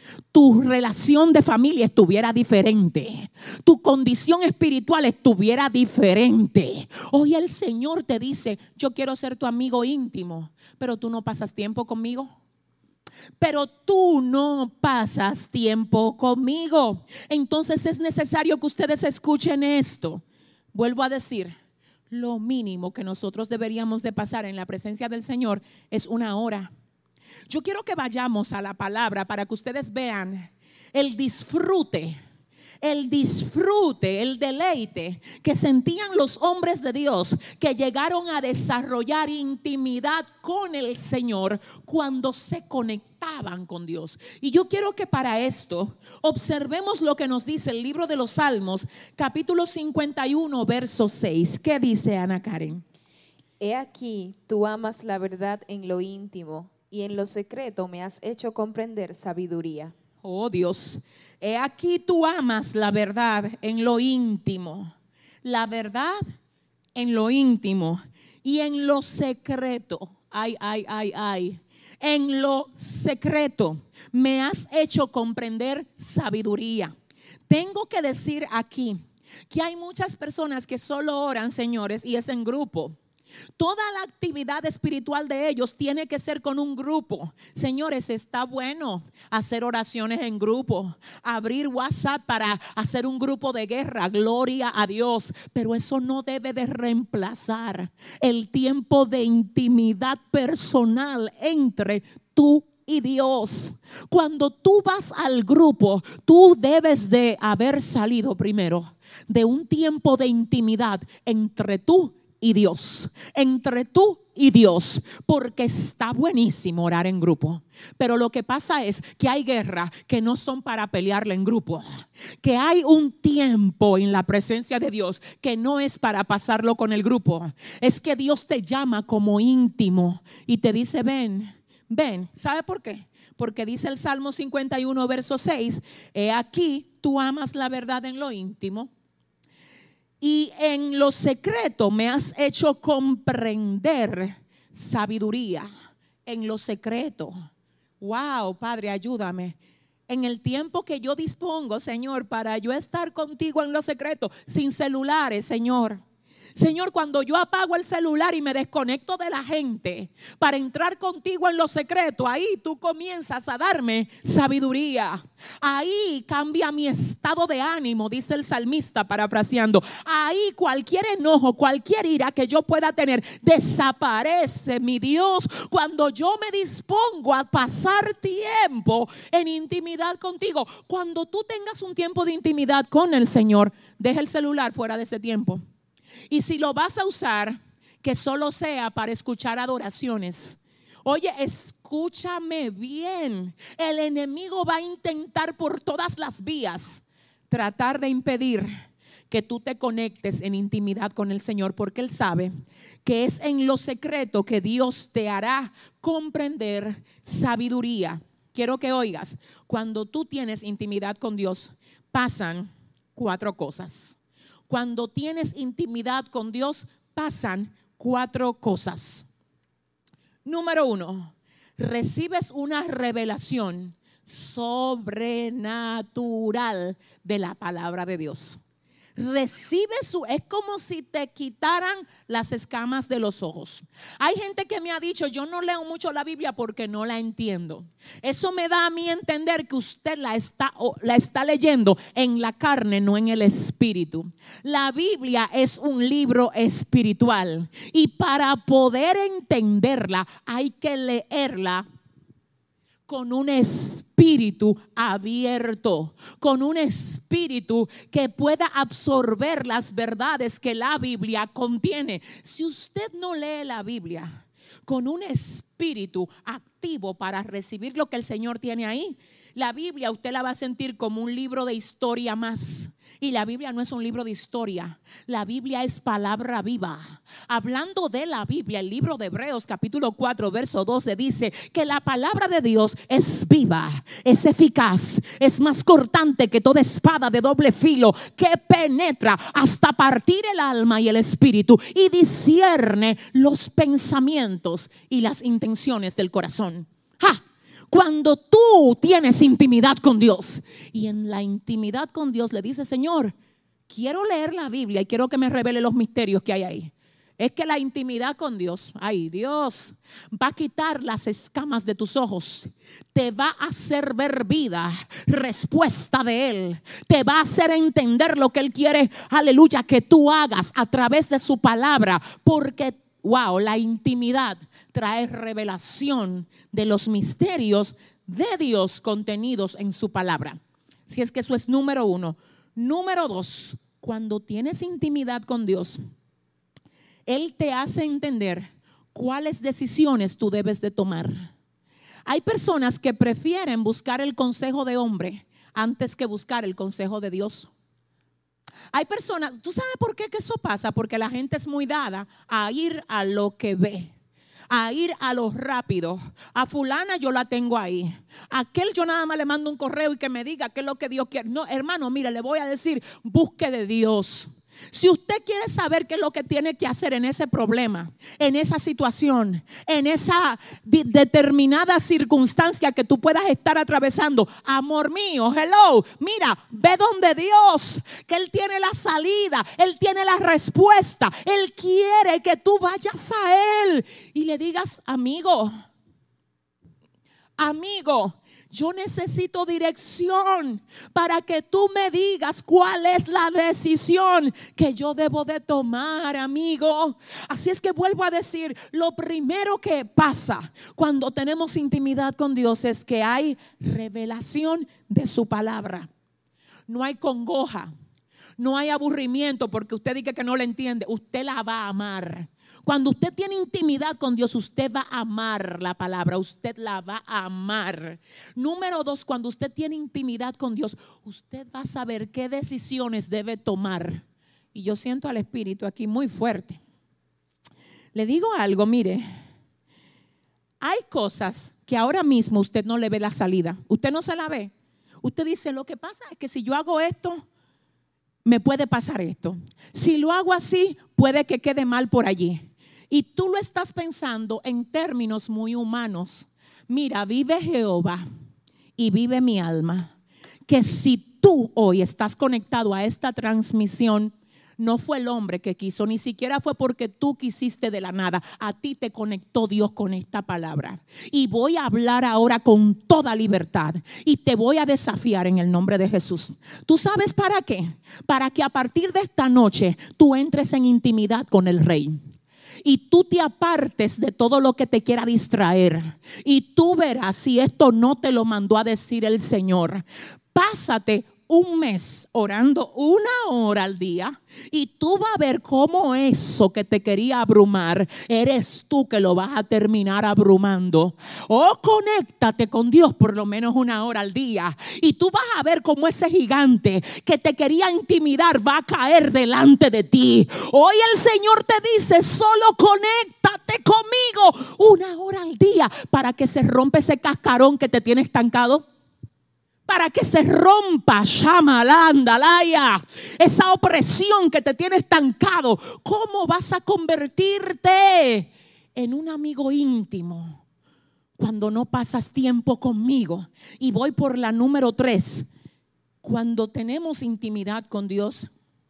tu relación de familia estuviera diferente, tu condición espiritual estuviera diferente. Hoy el Señor te dice: yo quiero ser tu amigo íntimo, pero tú no pasas tiempo conmigo. Pero tú no pasas tiempo conmigo. Entonces es necesario que ustedes escuchen esto. Vuelvo a decir, lo mínimo que nosotros deberíamos de pasar en la presencia del Señor es 1 hora. Yo quiero que vayamos a la palabra para que ustedes vean el disfrute, el deleite que sentían los hombres de Dios que llegaron a desarrollar intimidad con el Señor cuando se conectaban con Dios. Y yo quiero que para esto observemos lo que nos dice el libro de los Salmos, capítulo 51, verso 6. ¿Qué dice Ana Karen? He aquí, tú amas la verdad en lo íntimo, y en lo secreto me has hecho comprender sabiduría. Oh Dios, he aquí tú amas la verdad en lo íntimo, la verdad en lo íntimo y en lo secreto. En lo secreto me has hecho comprender sabiduría. Tengo que decir aquí que hay muchas personas que solo oran, señores, y es en grupo. Toda la actividad espiritual de ellos tiene que ser con un grupo. Señores, está bueno hacer oraciones en grupo, abrir WhatsApp para hacer un grupo de guerra, gloria a Dios, pero eso no debe de reemplazar el tiempo de intimidad personal entre tú y Dios. Cuando tú vas al grupo, tú debes de haber salido primero de un tiempo de intimidad entre tú y Dios, entre tú y Dios, porque está buenísimo orar en grupo, pero lo que pasa es que hay guerras que no son para pelearla en grupo, que hay un tiempo en la presencia de Dios que no es para pasarlo con el grupo. Es que Dios te llama como íntimo y te dice: ven, ven. ¿Sabe por qué? Porque dice el Salmo 51, verso 6: he aquí tú amas la verdad en lo íntimo, y en lo secreto me has hecho comprender sabiduría. En lo secreto. Wow, Padre, ayúdame. En el tiempo que yo dispongo, Señor, para yo estar contigo en lo secreto, sin celulares, Señor. Señor, cuando yo apago el celular y me desconecto de la gente para entrar contigo en lo secreto, ahí tú comienzas a darme sabiduría. Ahí cambia mi estado de ánimo, dice el salmista parafraseando. Ahí cualquier enojo, cualquier ira que yo pueda tener desaparece, mi Dios, cuando yo me dispongo a pasar tiempo en intimidad contigo. Cuando tú tengas un tiempo de intimidad con el Señor, deja el celular fuera de ese tiempo. Y si lo vas a usar, que solo sea para escuchar adoraciones. Oye, escúchame bien. El enemigo va a intentar por todas las vías tratar de impedir que tú te conectes en intimidad con el Señor, porque Él sabe que es en lo secreto que Dios te hará comprender sabiduría. Quiero que oigas, cuando tú tienes intimidad con Dios, pasan 4 cosas. Cuando tienes intimidad con Dios, pasan 4 cosas. Número 1, recibes una revelación sobrenatural de la palabra de Dios. Recibes es como si te quitaran las escamas de los ojos. Hay gente que me ha dicho: yo no leo mucho la Biblia porque no la entiendo. Eso me da a mí entender que usted la está leyendo en la carne, no en el espíritu. La Biblia es un libro espiritual y para poder entenderla hay que leerla con un espíritu abierto, con un espíritu que pueda absorber las verdades que la Biblia contiene. Si usted no lee la Biblia con un espíritu activo para recibir lo que el Señor tiene ahí, la Biblia usted la va a sentir como un libro de historia más. Y la Biblia no es un libro de historia, la Biblia es palabra viva. Hablando de la Biblia, el libro de Hebreos capítulo 4 verso 12 dice que la palabra de Dios es viva, es eficaz, es más cortante que toda espada de doble filo, que penetra hasta partir el alma y el espíritu y discierne los pensamientos y las intenciones del corazón. ¡Ja! Cuando tú tienes intimidad con Dios y en la intimidad con Dios le dices: Señor, quiero leer la Biblia y quiero que me revele los misterios que hay ahí. Es que la intimidad con Dios, ay Dios, va a quitar las escamas de tus ojos. Te va a hacer ver vida, respuesta de Él. Te va a hacer entender lo que Él quiere, aleluya, que tú hagas a través de su palabra. Porque, wow, la intimidad trae revelación de los misterios de Dios contenidos en su palabra. Si es que eso es número uno. Número dos, cuando tienes intimidad con Dios, Él te hace entender cuáles decisiones tú debes de tomar. Hay personas que prefieren buscar el consejo de hombre antes que buscar el consejo de Dios. Hay personas, ¿tú sabes por qué que eso pasa? Porque la gente es muy dada a ir a lo que ve, a ir a lo rápido. A fulana yo la tengo ahí. A aquel yo nada más le mando un correo y que me diga qué es lo que Dios quiere. No, hermano, mire, le voy a decir, busque de Dios. Si usted quiere saber qué es lo que tiene que hacer en ese problema, en esa situación, en esa determinada circunstancia que tú puedas estar atravesando, amor mío, hello, mira, ve donde Dios, que Él tiene la salida, Él tiene la respuesta. Él quiere que tú vayas a Él y le digas: amigo, yo necesito dirección para que tú me digas cuál es la decisión que yo debo de tomar, amigo. Así es que vuelvo a decir, lo primero que pasa cuando tenemos intimidad con Dios es que hay revelación de su palabra. No hay congoja, no hay aburrimiento porque usted dice que no la entiende. Usted la va a amar. Cuando usted tiene intimidad con Dios, usted va a amar la palabra, usted la va a amar. Número dos, cuando usted tiene intimidad con Dios, usted va a saber qué decisiones debe tomar. Y yo siento al Espíritu aquí muy fuerte. Le digo algo, mire, hay cosas que ahora mismo usted no le ve la salida, usted no se la ve. Usted dice: lo que pasa es que si yo hago esto, me puede pasar esto. Si lo hago así, puede que quede mal por allí. Y tú lo estás pensando en términos muy humanos. Mira, vive Jehová y vive mi alma, que si tú hoy estás conectado a esta transmisión, no fue el hombre que quiso, ni siquiera fue porque tú quisiste de la nada. A ti te conectó Dios con esta palabra. Y voy a hablar ahora con toda libertad y te voy a desafiar en el nombre de Jesús. ¿Tú sabes para qué? Para que a partir de esta noche tú entres en intimidad con el Rey. Y tú te apartes de todo lo que te quiera distraer. Y tú verás si esto no te lo mandó a decir el Señor. Pásate un mes orando 1 hora al día y tú vas a ver cómo eso que te quería abrumar, eres tú que lo vas a terminar abrumando. Conéctate con Dios por lo menos 1 hora al día y tú vas a ver cómo ese gigante que te quería intimidar va a caer delante de ti. Hoy el Señor te dice: solo conéctate conmigo 1 hora al día para que se rompa ese cascarón que te tiene estancado. Para que se rompa, Shamalandalaya, esa opresión que te tiene estancado. ¿Cómo vas a convertirte en un amigo íntimo cuando no pasas tiempo conmigo? Y voy por la número 3. Cuando tenemos intimidad con Dios,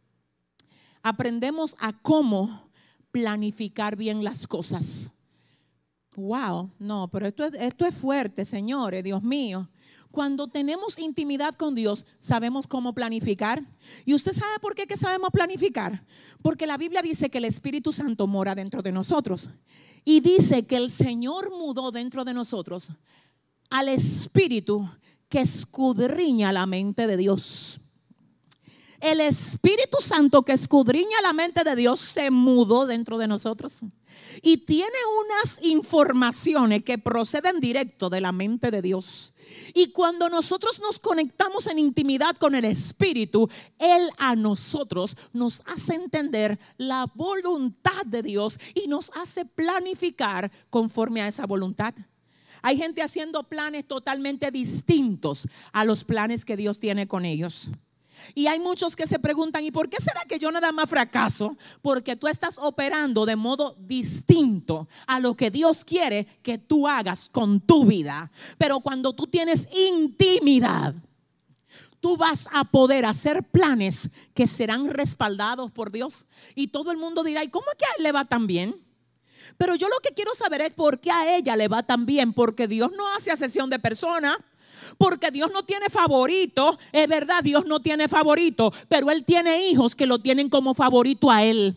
aprendemos a cómo planificar bien las cosas. Wow, no, pero esto es fuerte, señores, Dios mío. Cuando tenemos intimidad con Dios, sabemos cómo planificar. ¿Y usted sabe por qué que sabemos planificar? Porque la Biblia dice que el Espíritu Santo mora dentro de nosotros. Y dice que el Señor mudó dentro de nosotros al Espíritu que escudriña la mente de Dios. El Espíritu Santo que escudriña la mente de Dios se mudó dentro de nosotros. Y tiene unas informaciones que proceden directo de la mente de Dios. Y cuando nosotros nos conectamos en intimidad con el Espíritu, Él a nosotros nos hace entender la voluntad de Dios y nos hace planificar conforme a esa voluntad. Hay gente haciendo planes totalmente distintos a los planes que Dios tiene con ellos. Y hay muchos que se preguntan, ¿y por qué será que yo nada más fracaso? Porque tú estás operando de modo distinto a lo que Dios quiere que tú hagas con tu vida. Pero cuando tú tienes intimidad, tú vas a poder hacer planes que serán respaldados por Dios. Y todo el mundo dirá, ¿y cómo es que a él le va tan bien? Pero yo lo que quiero saber es por qué a ella le va tan bien. Porque Dios no hace acepción de personas. Porque Dios no tiene favorito. Es verdad, Dios no tiene favorito, pero Él tiene hijos que lo tienen como favorito a Él.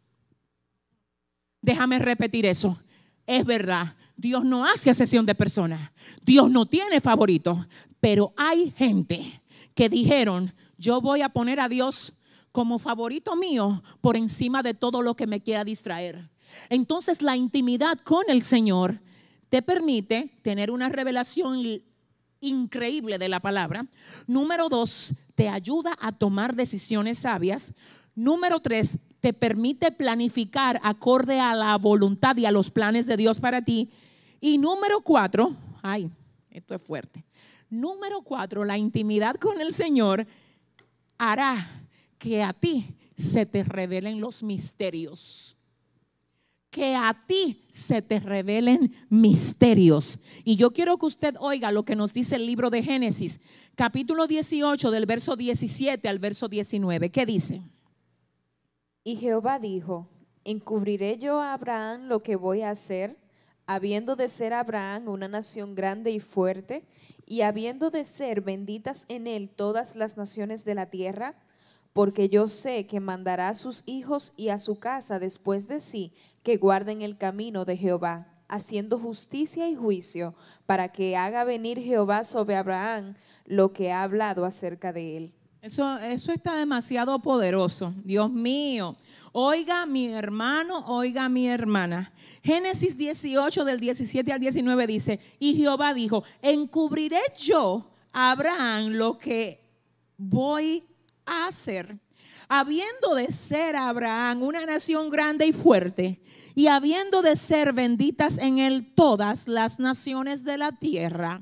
Déjame repetir eso. Es verdad, Dios no hace acepción de personas. Dios no tiene favorito, pero hay gente que dijeron, yo voy a poner a Dios como favorito mío por encima de todo lo que me quiera distraer. Entonces la intimidad con el Señor te permite tener una revelación increíble de la palabra. Número 2, te ayuda a tomar decisiones sabias. Número 3, te permite planificar acorde a la voluntad y a los planes de Dios para ti. Y número 4, ay, esto es fuerte. Número 4, la intimidad con el Señor hará que a ti se te revelen los misterios. Que a ti se te revelen misterios. Y yo quiero que usted oiga lo que nos dice el libro de Génesis, capítulo 18, del verso 17 al verso 19. ¿Qué dice? Y Jehová dijo, ¿encubriré yo a Abraham lo que voy a hacer, habiendo de ser Abraham una nación grande y fuerte, y habiendo de ser benditas en él todas las naciones de la tierra? Porque yo sé que mandará a sus hijos y a su casa después de sí, que guarden el camino de Jehová, haciendo justicia y juicio, para que haga venir Jehová sobre Abraham lo que ha hablado acerca de él. Eso está demasiado poderoso. Dios mío. Oiga mi hermano, oiga mi hermana. Génesis 18 del 17 al 19 dice, y Jehová dijo, encubriré yo a Abraham lo que voy a hacer, habiendo de ser Abraham una nación grande y fuerte, y habiendo de ser benditas en él todas las naciones de la tierra.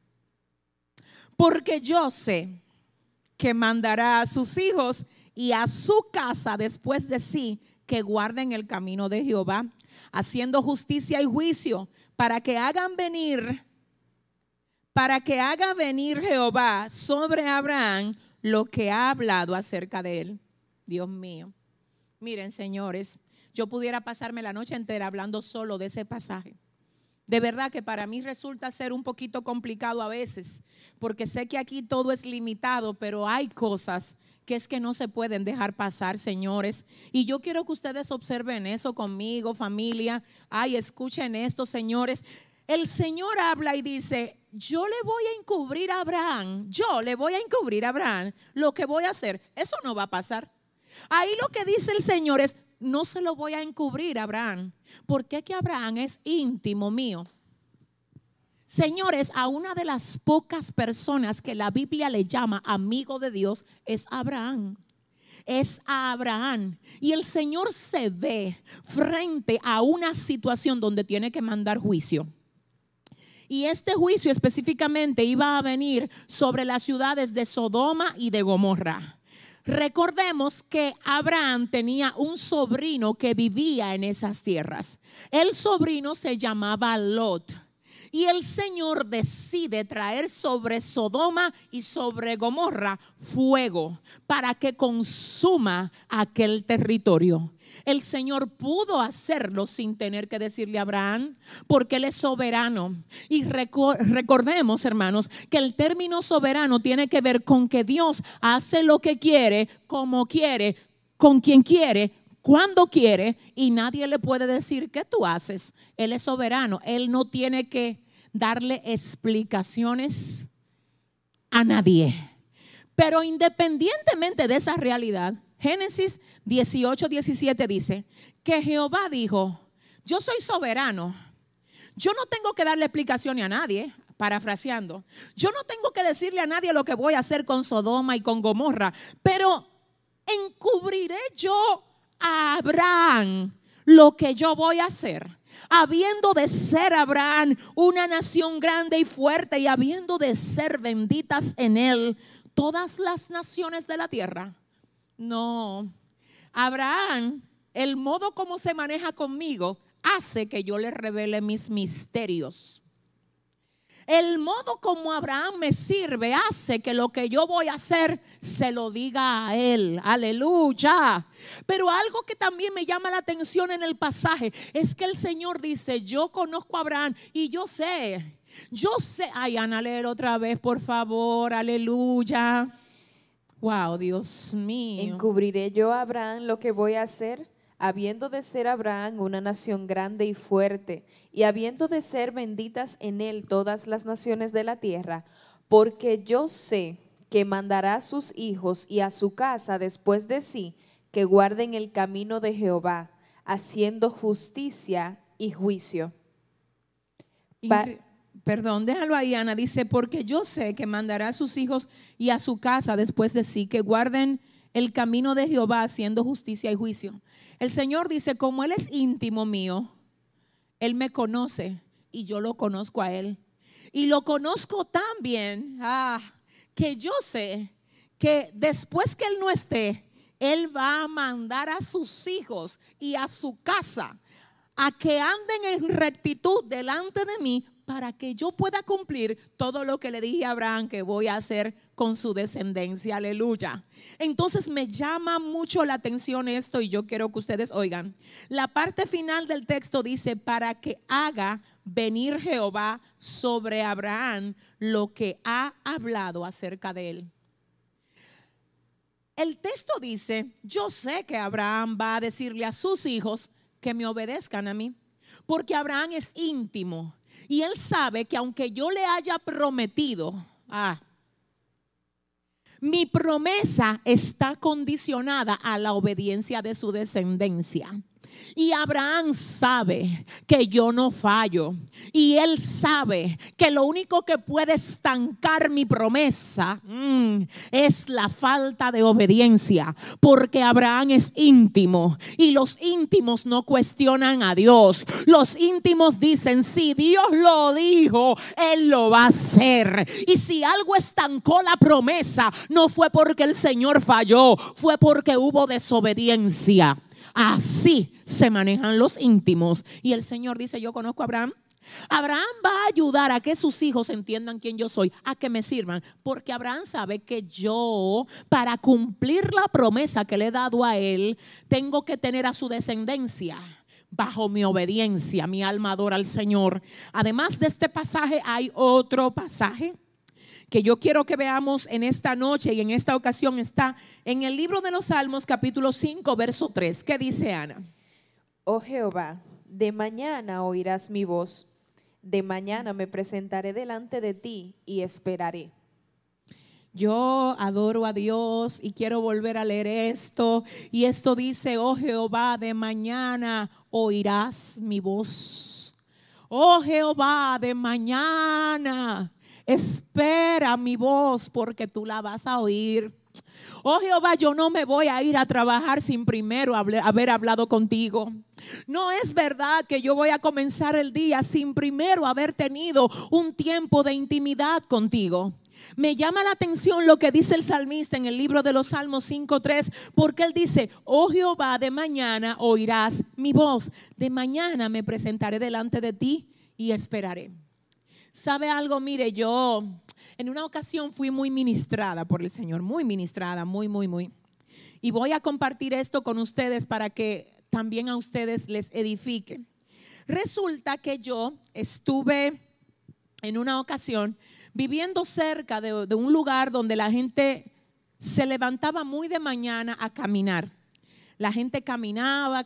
Porque yo sé que mandará a sus hijos y a su casa después de sí, que guarden el camino de Jehová, haciendo justicia y juicio, para que haga venir Jehová sobre Abraham lo que ha hablado acerca de él. Dios mío. Miren, señores, yo pudiera pasarme la noche entera hablando solo de ese pasaje. De verdad que para mí resulta ser un poquito complicado a veces, porque sé que aquí todo es limitado, pero hay cosas que es que no se pueden dejar pasar, señores. Y yo quiero que ustedes observen eso conmigo, familia. Ay, escuchen esto, señores. El Señor habla y dice, yo le voy a encubrir a Abraham, lo que voy a hacer. Eso no va a pasar. Ahí lo que dice el Señor es, no se lo voy a encubrir a Abraham, porque que Abraham es íntimo mío. Señores, a una de las pocas personas que la Biblia le llama amigo de Dios es Abraham. Es a Abraham. Y el Señor se ve frente a una situación donde tiene que mandar juicio. Y este juicio específicamente iba a venir sobre las ciudades de Sodoma y de Gomorra. Recordemos que Abraham tenía un sobrino que vivía en esas tierras. El sobrino se llamaba Lot. Y el Señor decide traer sobre Sodoma y sobre Gomorra fuego para que consuma aquel territorio. El Señor pudo hacerlo sin tener que decirle a Abraham, porque Él es soberano. Y recordemos, hermanos, que el término soberano tiene que ver con que Dios hace lo que quiere, como quiere, con quien quiere, cuando quiere, y nadie le puede decir qué tú haces. Él es soberano. Él no tiene que darle explicaciones a nadie. Pero independientemente de esa realidad, Génesis 18, 17 dice que Jehová dijo, yo soy soberano, yo no tengo que darle explicaciones a nadie, parafraseando, yo no tengo que decirle a nadie lo que voy a hacer con Sodoma y con Gomorra, pero encubriré yo a Abraham lo que yo voy a hacer. Habiendo de ser Abraham una nación grande y fuerte y habiendo de ser benditas en él todas las naciones de la tierra. No, Abraham, el modo como se maneja conmigo hace que yo le revele mis misterios. El modo como Abraham me sirve hace que lo que yo voy a hacer se lo diga a él. Aleluya. Pero algo que también me llama la atención en el pasaje es que el Señor dice: yo conozco a Abraham y yo sé. Ay, Ana, leer otra vez, por favor. Aleluya. Wow, Dios mío. ¿Encubriré yo a Abraham lo que voy a hacer? Habiendo de ser Abraham una nación grande y fuerte, y habiendo de ser benditas en él todas las naciones de la tierra, porque yo sé que mandará a sus hijos y a su casa después de sí, que guarden el camino de Jehová, haciendo justicia y juicio. Perdón, déjalo ahí, Ana. Dice: porque yo sé que mandará a sus hijos y a su casa después de sí, que guarden el camino de Jehová, haciendo justicia y juicio. El Señor dice: como Él es íntimo mío, Él me conoce y yo lo conozco a Él. Y lo conozco tan bien que yo sé que después que Él no esté, Él va a mandar a sus hijos y a su casa a que anden en rectitud delante de mí, para que yo pueda cumplir todo lo que le dije a Abraham que voy a hacer con su descendencia. Aleluya. Entonces me llama mucho la atención esto, y yo quiero que ustedes oigan. La parte final del texto dice: para que haga venir Jehová sobre Abraham lo que ha hablado acerca de él. El texto dice: yo sé que Abraham va a decirle a sus hijos que me obedezcan a mí, porque Abraham es íntimo. Y él sabe que aunque yo le haya prometido, mi promesa está condicionada a la obediencia de su descendencia. Y Abraham sabe que yo no fallo, y él sabe que lo único que puede estancar mi promesa es la falta de obediencia, porque Abraham es íntimo y los íntimos no cuestionan a Dios. Los íntimos dicen: si Dios lo dijo, Él lo va a hacer. Y si algo estancó la promesa, no fue porque el Señor falló, fue porque hubo desobediencia. Así se manejan los íntimos. Y el Señor dice: yo conozco a Abraham. Abraham va a ayudar a que sus hijos entiendan quién yo soy, a que me sirvan, porque Abraham sabe que yo, para cumplir la promesa que le he dado a él, tengo que tener a su descendencia bajo mi obediencia. Mi alma adora al Señor. Además de este pasaje, hay otro pasaje que yo quiero que veamos en esta noche, y en esta ocasión está en el libro de los Salmos, capítulo 5, verso 3. ¿Qué dice Ana? Oh Jehová, de mañana oirás mi voz, de mañana me presentaré delante de ti y esperaré. Yo adoro a Dios y quiero volver a leer esto. Y esto dice: oh Jehová, de mañana oirás mi voz. Oh Jehová, de mañana espera mi voz, porque tú la vas a oír. Oh Jehová, yo no me voy a ir a trabajar sin primero haber hablado contigo. No es verdad que yo voy a comenzar el día sin primero haber tenido un tiempo de intimidad contigo. Me llama la atención lo que dice el salmista en el libro de los Salmos 5:3, porque él dice: oh Jehová, de mañana oirás mi voz, de mañana me presentaré delante de ti y esperaré. ¿Sabe algo? Mire, yo en una ocasión fui muy ministrada por el Señor, muy ministrada, muy. Y voy a compartir esto con ustedes para que también a ustedes les edifique. Resulta que yo estuve en una ocasión viviendo cerca de un lugar donde la gente se levantaba muy de mañana a caminar. La gente caminaba,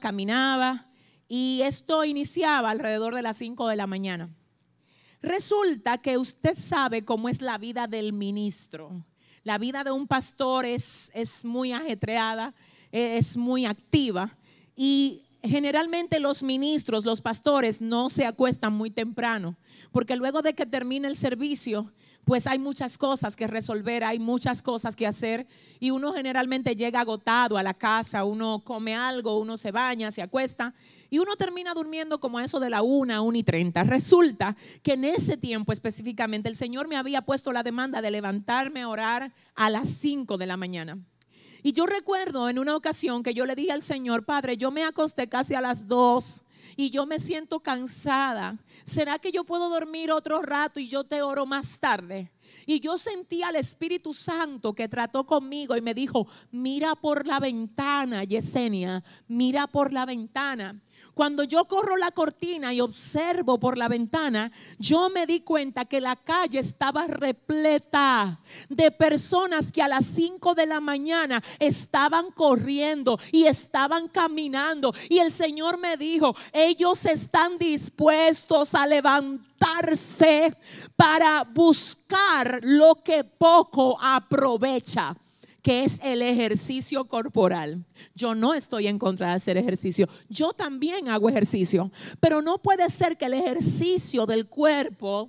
y esto iniciaba alrededor de las 5 de la mañana. Resulta que usted sabe cómo es la vida del ministro. La vida de un pastor es muy ajetreada, es muy activa, y generalmente los ministros, los pastores, no se acuestan muy temprano, porque luego de que termine el servicio, pues hay muchas cosas que resolver, hay muchas cosas que hacer y uno generalmente llega agotado a la casa, uno come algo, uno se baña, se acuesta y uno termina durmiendo como a eso de la 1:30. Resulta que en ese tiempo específicamente el Señor me había puesto la demanda de levantarme a orar a las 5 de la mañana. Y yo recuerdo en una ocasión que yo le dije al Señor: Padre, yo me acosté casi a las 2 y yo me siento cansada. ¿Será que yo puedo dormir otro rato y yo te oro más tarde? Y yo sentí al Espíritu Santo que trató conmigo y me dijo: mira por la ventana, Yesenia, mira por la ventana. Cuando yo corro la cortina y observo por la ventana, yo me di cuenta que la calle estaba repleta de personas que a las 5 de la mañana estaban corriendo y estaban caminando. Y el Señor me dijo: ellos están dispuestos a levantarse para buscar lo que poco aprovecha, que es el ejercicio corporal. Yo no estoy en contra de hacer ejercicio. Yo también hago ejercicio. Pero no puede ser que el ejercicio del cuerpo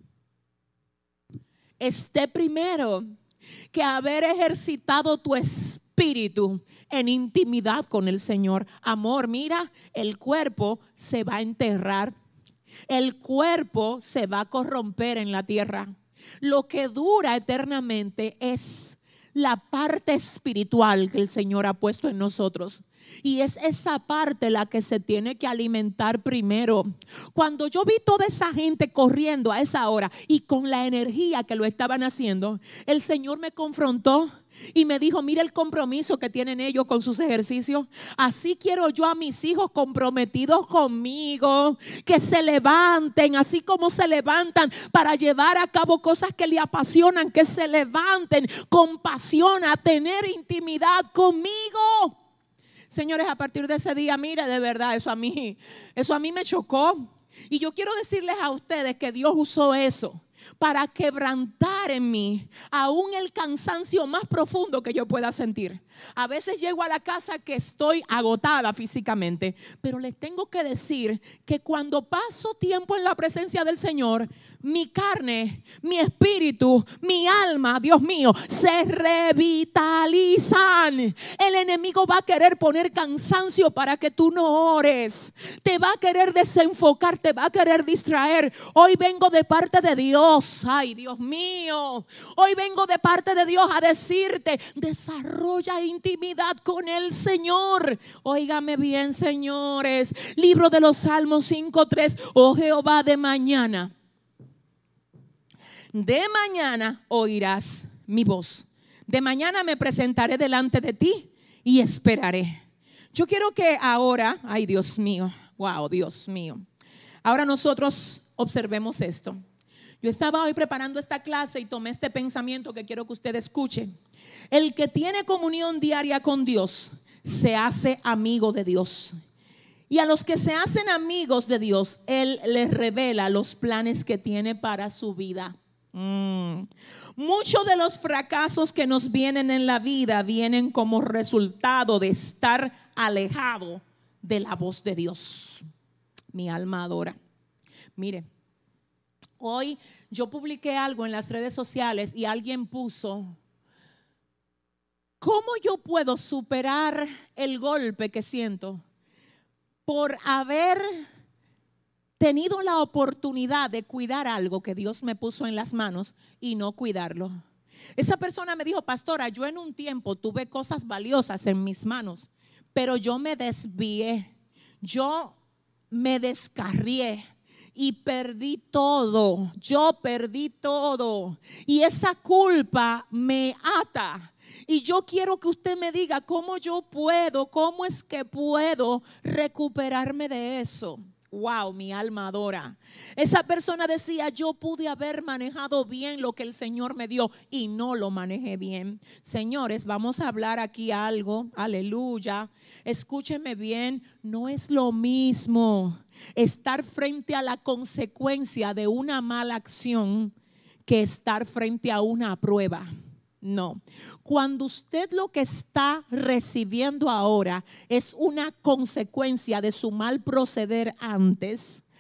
esté primero que haber ejercitado tu espíritu en intimidad con el Señor. Amor, mira, el cuerpo se va a enterrar. El cuerpo se va a corromper en la tierra. Lo que dura eternamente es la parte espiritual que el Señor ha puesto en nosotros. Y es esa parte la que se tiene que alimentar primero. Cuando yo vi toda esa gente corriendo a esa hora y con la energía que lo estaban haciendo, el Señor me confrontó y me dijo: mira el compromiso que tienen ellos con sus ejercicios. Así quiero yo a mis hijos comprometidos conmigo, que se levanten así como se levantan para llevar a cabo cosas que le apasionan, que se levanten con pasión a tener intimidad conmigo. Señores, a partir de ese día, mire, de verdad, eso a mí me chocó. Y yo quiero decirles a ustedes que Dios usó eso para quebrantar en mí aún el cansancio más profundo que yo pueda sentir. A veces llego a la casa que estoy agotada físicamente, pero les tengo que decir que cuando paso tiempo en la presencia del Señor, mi carne, mi espíritu, mi alma, Dios mío, se revitalizan. El enemigo va a querer poner cansancio para que tú no ores. Te va a querer desenfocar, te va a querer distraer. Hoy vengo de parte de Dios. Ay, Dios mío. Hoy vengo de parte de Dios a decirte: desarrolla intimidad con el Señor. Óigame bien, señores. Libro de los Salmos 5:3. Oh Jehová, de mañana oirás mi voz. De mañana me presentaré delante de ti y esperaré. Yo quiero que ahora, ay Dios mío, wow, Dios mío. Ahora nosotros observemos esto. Yo estaba hoy preparando esta clase y tomé este pensamiento que quiero que usted escuche. El que tiene comunión diaria con Dios se hace amigo de Dios. Y a los que se hacen amigos de Dios, Él les revela los planes que tiene para su vida. Muchos de los fracasos que nos vienen en la vida vienen como resultado de estar alejado de la voz de Dios. Mi alma adora. Mire, hoy yo publiqué algo en las redes sociales y alguien puso: ¿cómo yo puedo superar el golpe que siento por haber tenido la oportunidad de cuidar algo que Dios me puso en las manos y no cuidarlo? Esa persona me dijo: pastora, yo en un tiempo tuve cosas valiosas en mis manos, pero yo me desvié, yo me descarrié y perdí todo. Yo perdí todo y esa culpa me ata. Y yo quiero que usted me diga cómo es que puedo recuperarme de eso. Wow, mi alma adora. Esa persona decía: yo pude haber manejado bien lo que el Señor me dio y no lo manejé bien. Señores, vamos a hablar aquí algo. Aleluya. Escúcheme bien, no es lo mismo estar frente a la consecuencia de una mala acción que estar frente a una prueba. No, cuando usted lo que está recibiendo ahora es una consecuencia de su mal proceder antes,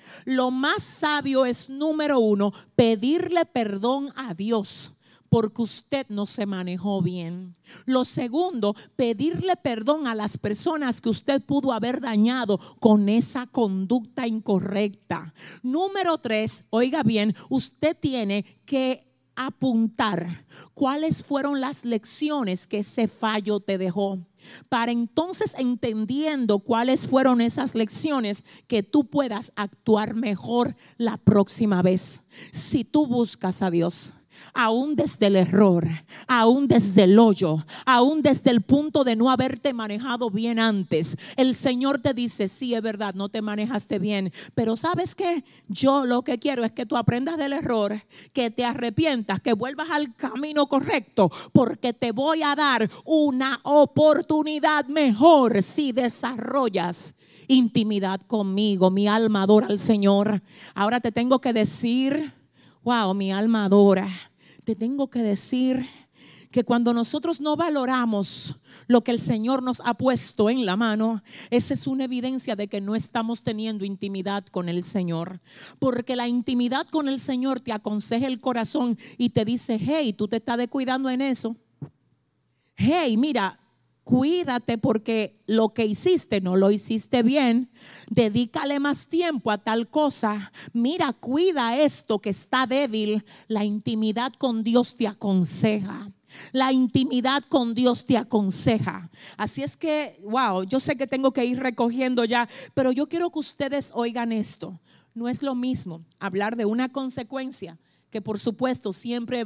Lo más sabio es, número uno, pedirle perdón a Dios porque usted no se manejó bien. Lo segundo, pedirle perdón a las personas que usted pudo haber dañado con esa conducta incorrecta. Número tres, oiga bien, usted tiene que apuntar cuáles fueron las lecciones que ese fallo te dejó, para entonces, entendiendo cuáles fueron esas lecciones, que tú puedas actuar mejor la próxima vez. Si tú buscas a Dios, aún desde el error, aún desde el hoyo, aún desde el punto de no haberte manejado bien antes, el Señor te dice: sí, es verdad, no te manejaste bien, pero ¿sabes qué? Yo lo que quiero es que tú aprendas del error, que te arrepientas, que vuelvas al camino correcto, porque te voy a dar una oportunidad mejor si desarrollas intimidad conmigo. Mi alma adora al Señor. Ahora te tengo que decir, wow, mi alma adora. Te tengo que decir que cuando nosotros no valoramos lo que el Señor nos ha puesto en la mano, esa es una evidencia de que no estamos teniendo intimidad con el Señor. Porque la intimidad con el Señor te aconseja el corazón y te dice: hey, tú te estás descuidando en eso. Hey, mira, cuídate porque lo que hiciste no lo hiciste bien. Dedícale más tiempo a tal cosa. Mira, cuida esto que está débil. La intimidad con Dios te aconseja. La intimidad con Dios te aconseja. Así es que, wow, yo sé que tengo que ir recogiendo ya, pero yo quiero que ustedes oigan esto. No es lo mismo hablar de una consecuencia, que por supuesto siempre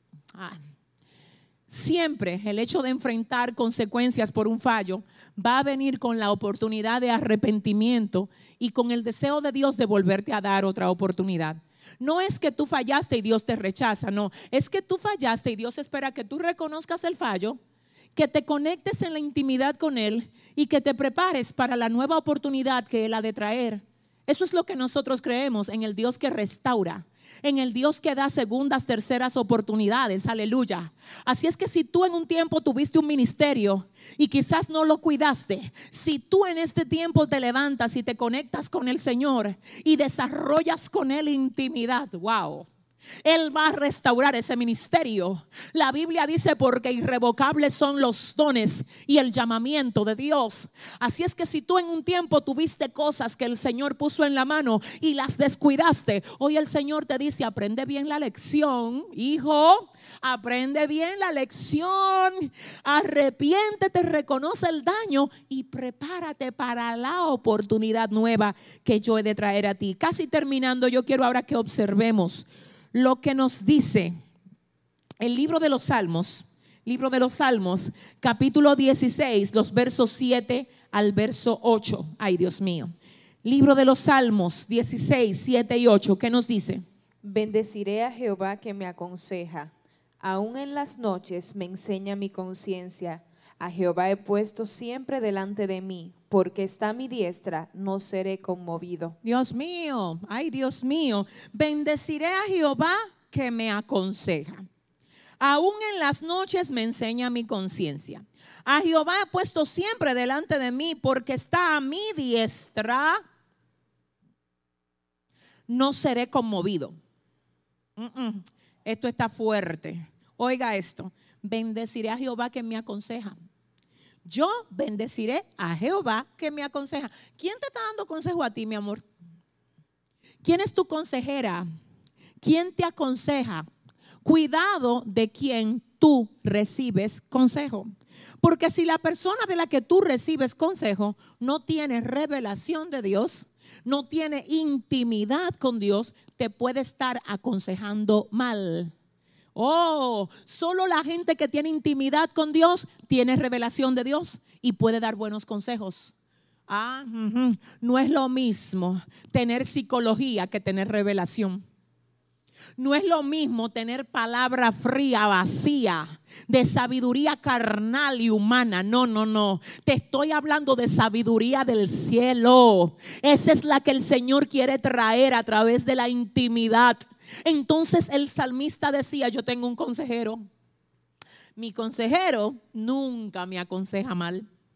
el hecho de enfrentar consecuencias por un fallo va a venir con la oportunidad de arrepentimiento y con el deseo de Dios de volverte a dar otra oportunidad. No es que tú fallaste y Dios te rechaza, no, es que tú fallaste y Dios espera que tú reconozcas el fallo, que te conectes en la intimidad con Él y que te prepares para la nueva oportunidad que Él ha de traer. Eso es lo que nosotros creemos, en el Dios que restaura, en el Dios que da segundas, terceras oportunidades, aleluya. Así es que si tú en un tiempo tuviste un ministerio y quizás no lo cuidaste, si tú en este tiempo te levantas y te conectas con el Señor y desarrollas con Él intimidad, wow, Él va a restaurar ese ministerio. La Biblia dice: porque irrevocables son los dones y el llamamiento de Dios. Así es que si tú en un tiempo tuviste cosas que el Señor puso en la mano y las descuidaste, hoy el Señor te dice: aprende bien la lección, hijo. Aprende bien la lección. Arrepiéntete, reconoce el daño y prepárate para la oportunidad nueva que yo he de traer a ti. Casi terminando, yo quiero ahora que observemos lo que nos dice el libro de los Salmos, capítulo 16, los versos 7 al verso 8. Ay, Dios mío. Libro de los Salmos 16, 7 y 8. ¿Qué nos dice? Bendeciré a Jehová que me aconseja. Aún en las noches me enseña mi conciencia. A Jehová he puesto siempre delante de mí, porque está a mi diestra, no seré conmovido. Dios mío, ay Dios mío, bendeciré a Jehová que me aconseja. Aún en las noches me enseña mi conciencia. A Jehová he puesto siempre delante de mí, porque está a mi diestra, no seré conmovido. Esto está fuerte. Oiga esto: bendeciré a Jehová que me aconseja. Yo bendeciré a Jehová que me aconseja. ¿Quién te está dando consejo a ti, mi amor? ¿Quién es tu consejera? ¿Quién te aconseja? Cuidado de quien tú recibes consejo. Porque si la persona de la que tú recibes consejo no tiene revelación de Dios, no tiene intimidad con Dios, te puede estar aconsejando mal. Oh, solo la gente que tiene intimidad con Dios tiene revelación de Dios y puede dar buenos consejos. No es lo mismo tener psicología que tener revelación. No es lo mismo tener palabra fría, vacía, de sabiduría carnal y humana. No. Te estoy hablando de sabiduría del cielo. Esa es la que el Señor quiere traer a través de la intimidad. Entonces el salmista decía: yo tengo un consejero. Mi consejero nunca me aconseja mal.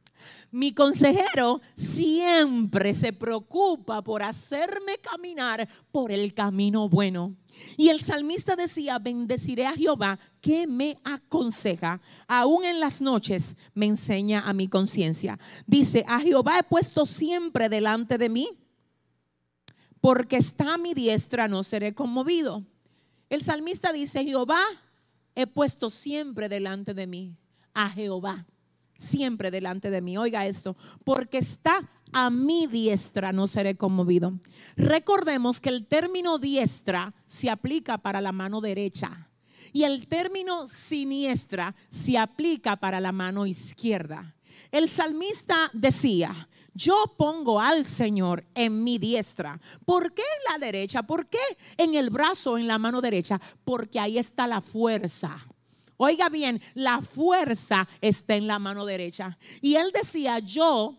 Mi consejero siempre se preocupa por hacerme caminar por el camino bueno. Y el salmista decía, bendeciré a Jehová que me aconseja, aún en las noches me enseña a mi conciencia. Dice, a Jehová he puesto siempre delante de mí, porque está a mi diestra, no seré conmovido. El salmista dice, Jehová he puesto siempre delante de mí, a Jehová siempre delante de mí. Oiga esto, porque está a mi diestra, no seré conmovido. Recordemos que el término diestra se aplica para la mano derecha y el término siniestra se aplica para la mano izquierda. El salmista decía, yo pongo al Señor en mi diestra. ¿Por qué en la derecha? ¿Por qué en el brazo, en la mano derecha? Porque ahí está la fuerza. Oiga bien, la fuerza está en la mano derecha. Y él decía, yo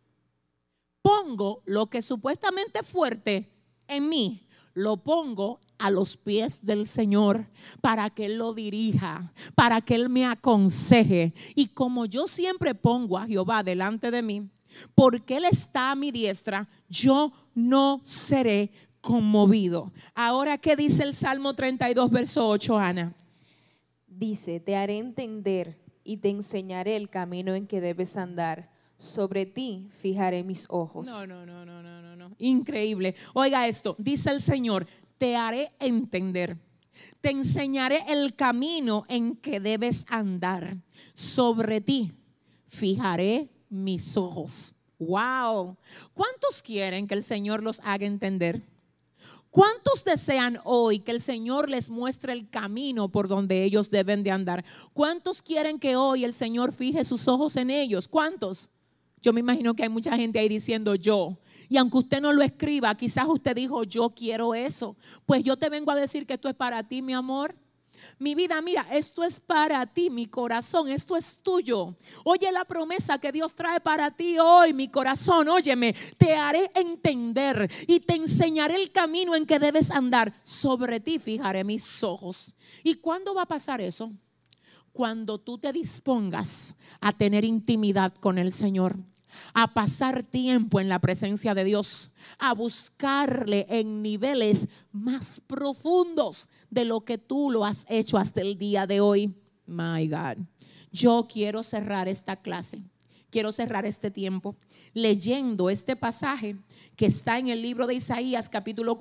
pongo lo que supuestamente es fuerte en mí, lo pongo a los pies del Señor para que Él lo dirija, para que Él me aconseje. Y como yo siempre pongo a Jehová delante de mí, porque Él está a mi diestra, yo no seré conmovido. Ahora, ¿qué dice el Salmo 32, verso 8, Ana? Dice, te haré entender y te enseñaré el camino en que debes andar. Sobre ti fijaré mis ojos. No. Increíble. Oiga esto, dice el Señor, te haré entender, te enseñaré el camino en que debes andar. Sobre ti fijaré mis ojos. Wow. ¿Cuántos quieren que el Señor los haga entender? ¿Cuántos desean hoy que el Señor les muestre el camino por donde ellos deben de andar? ¿Cuántos quieren que hoy el Señor fije sus ojos en ellos? ¿Cuántos? Yo me imagino que hay mucha gente ahí diciendo yo. Y aunque usted no lo escriba, quizás usted dijo yo quiero eso. Pues yo te vengo a decir que esto es para ti, mi amor. Mi vida, mira, esto es para ti, mi corazón, esto es tuyo. Oye la promesa que Dios trae para ti hoy, mi corazón, óyeme, te haré entender y te enseñaré el camino en que debes andar. Sobre ti fijaré mis ojos. ¿Y cuándo va a pasar eso? Cuando tú te dispongas a tener intimidad con el Señor, a pasar tiempo en la presencia de Dios, a buscarle en niveles más profundos de lo que tú lo has hecho hasta el día de hoy. My God, yo quiero cerrar esta clase, quiero cerrar este tiempo leyendo este pasaje que está en el libro de Isaías capítulo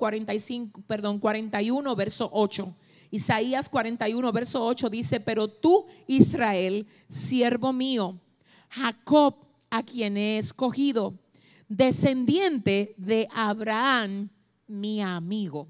41, verso 8. Isaías 41, verso 8 dice, pero tú, Israel, siervo mío, Jacob, a quien he escogido, descendiente de Abraham, mi amigo.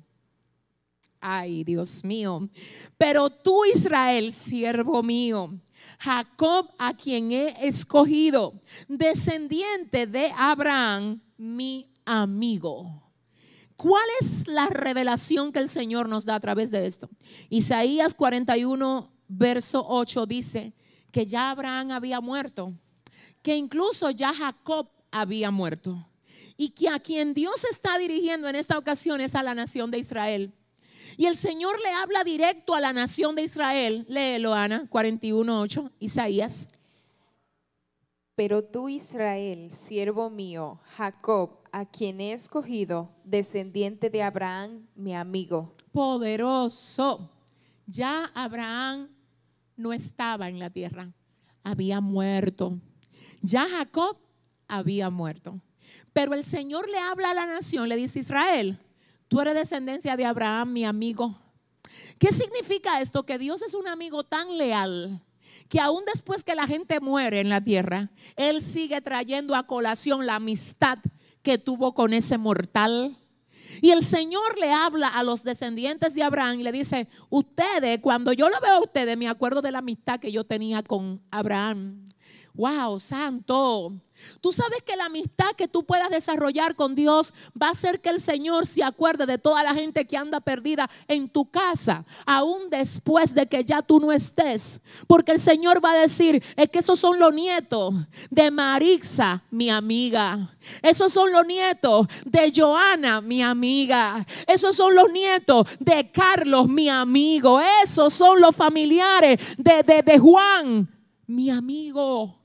Ay, Dios mío. Pero tú, Israel, siervo mío, Jacob, a quien he escogido, descendiente de Abraham, mi amigo. ¿Cuál es la revelación que el Señor nos da a través de esto? Isaías 41, verso 8 dice que ya Abraham había muerto, que incluso ya Jacob había muerto y que a quien Dios está dirigiendo en esta ocasión es a la nación de Israel. Y el Señor le habla directo a la nación de Israel. Léelo, Ana, 41, 8, Isaías. Pero tú, Israel, siervo mío, Jacob, a quien he escogido, descendiente de Abraham, mi amigo. Poderoso. Ya Abraham no estaba en la tierra, había muerto. Ya Jacob había muerto. Pero el Señor le habla a la nación, le dice, Israel, tú eres descendencia de Abraham, mi amigo. ¿Qué significa esto? Que Dios es un amigo tan leal que aún después que la gente muere en la tierra, Él sigue trayendo a colación la amistad que tuvo con ese mortal. Y el Señor le habla a los descendientes de Abraham y le dice, ustedes, cuando yo lo veo a ustedes, me acuerdo de la amistad que yo tenía con Abraham. Wow, santo. Tú sabes que la amistad que tú puedas desarrollar con Dios va a hacer que el Señor se acuerde de toda la gente que anda perdida en tu casa, aún después de que ya tú no estés. Porque el Señor va a decir, es que esos son los nietos de Marixa, mi amiga. Esos son los nietos de Joana, mi amiga. Esos son los nietos de Carlos, mi amigo. Esos son los familiares de Juan, mi amigo.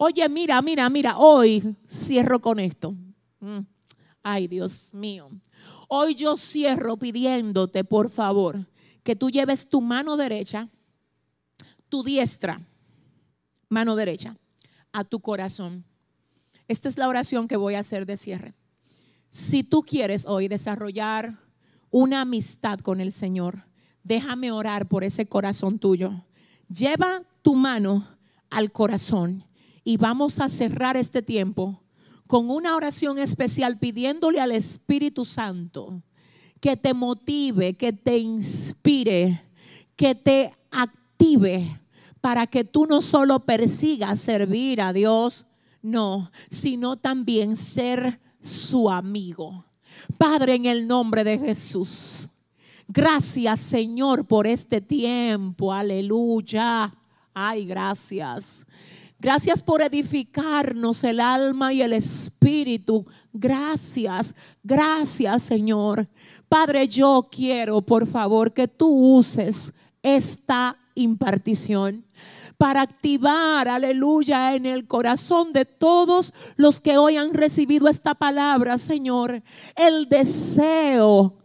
Oye, mira, hoy cierro con esto. Ay, Dios mío. Hoy yo cierro pidiéndote, por favor, que tú lleves tu mano derecha, tu diestra, mano derecha, a tu corazón. Esta es la oración que voy a hacer de cierre. Si tú quieres hoy desarrollar una amistad con el Señor, déjame orar por ese corazón tuyo. Lleva tu mano al corazón y vamos a cerrar este tiempo con una oración especial pidiéndole al Espíritu Santo que te motive, que te inspire, que te active para que tú no solo persigas servir a Dios, no, sino también ser su amigo. Padre, en el nombre de Jesús, gracias, Señor, por este tiempo. Aleluya. Ay, gracias. Gracias por edificarnos el alma y el espíritu. Gracias, gracias, Señor. Padre, yo quiero, por favor, que tú uses esta impartición para activar, aleluya, en el corazón de todos los que hoy han recibido esta palabra, Señor, el deseo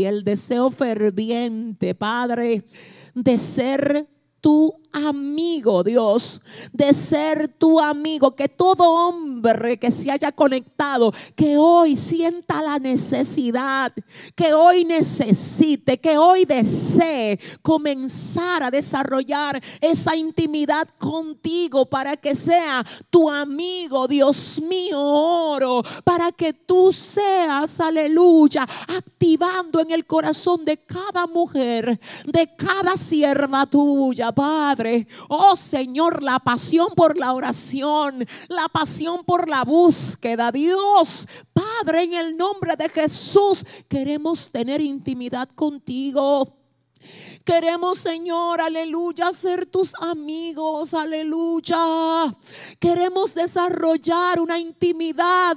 ferviente, Padre, de ser tu amigo, Dios, de ser tu amigo, que todo hombre que se haya conectado, que hoy sienta la necesidad, que hoy necesite, que hoy desee comenzar a desarrollar esa intimidad contigo para que sea tu amigo. Dios mío, oro para que tú seas, aleluya, activando en el corazón de cada mujer, de cada sierva tuya, Padre. Oh Señor, la pasión por la oración, la pasión por la búsqueda. Dios, Padre, en el nombre de Jesús, queremos tener intimidad contigo. Queremos, Señor, aleluya, ser tus amigos, aleluya. Queremos desarrollar una intimidad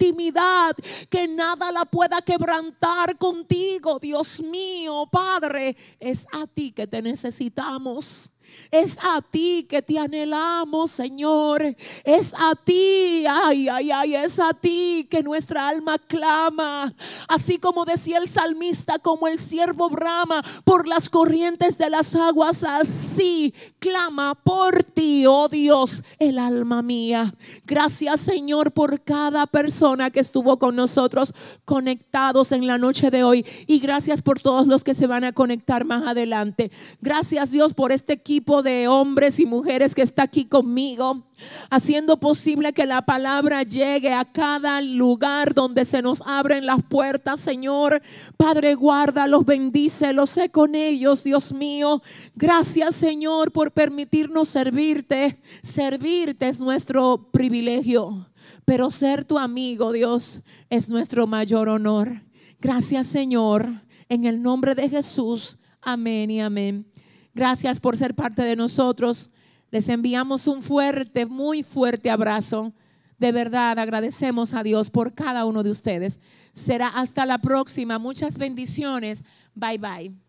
que nada la pueda quebrantar contigo. Dios mío, Padre, es a ti que te necesitamos. Es a ti que te anhelamos, Señor. Es a ti, es a ti que nuestra alma clama. Así como decía el salmista, como el siervo brama por las corrientes de las aguas, así clama por ti, oh Dios, el alma mía. Gracias, Señor, por cada persona que estuvo con nosotros conectados en la noche de hoy. Y gracias por todos los que se van a conectar más adelante. Gracias, Dios, por este equipo de hombres y mujeres que está aquí conmigo, haciendo posible que la palabra llegue a cada lugar donde se nos abren las puertas. Señor, Padre, guárdalos, bendícelos, sé con ellos, Dios mío. Gracias, Señor, por permitirnos servirte. Servirte es nuestro privilegio, pero ser tu amigo, Dios, es nuestro mayor honor. Gracias, Señor, en el nombre de Jesús. Amén y amén. Gracias por ser parte de nosotros. Les enviamos un fuerte, muy fuerte abrazo. De verdad agradecemos a Dios por cada uno de ustedes. Será hasta la próxima. Muchas bendiciones. Bye bye.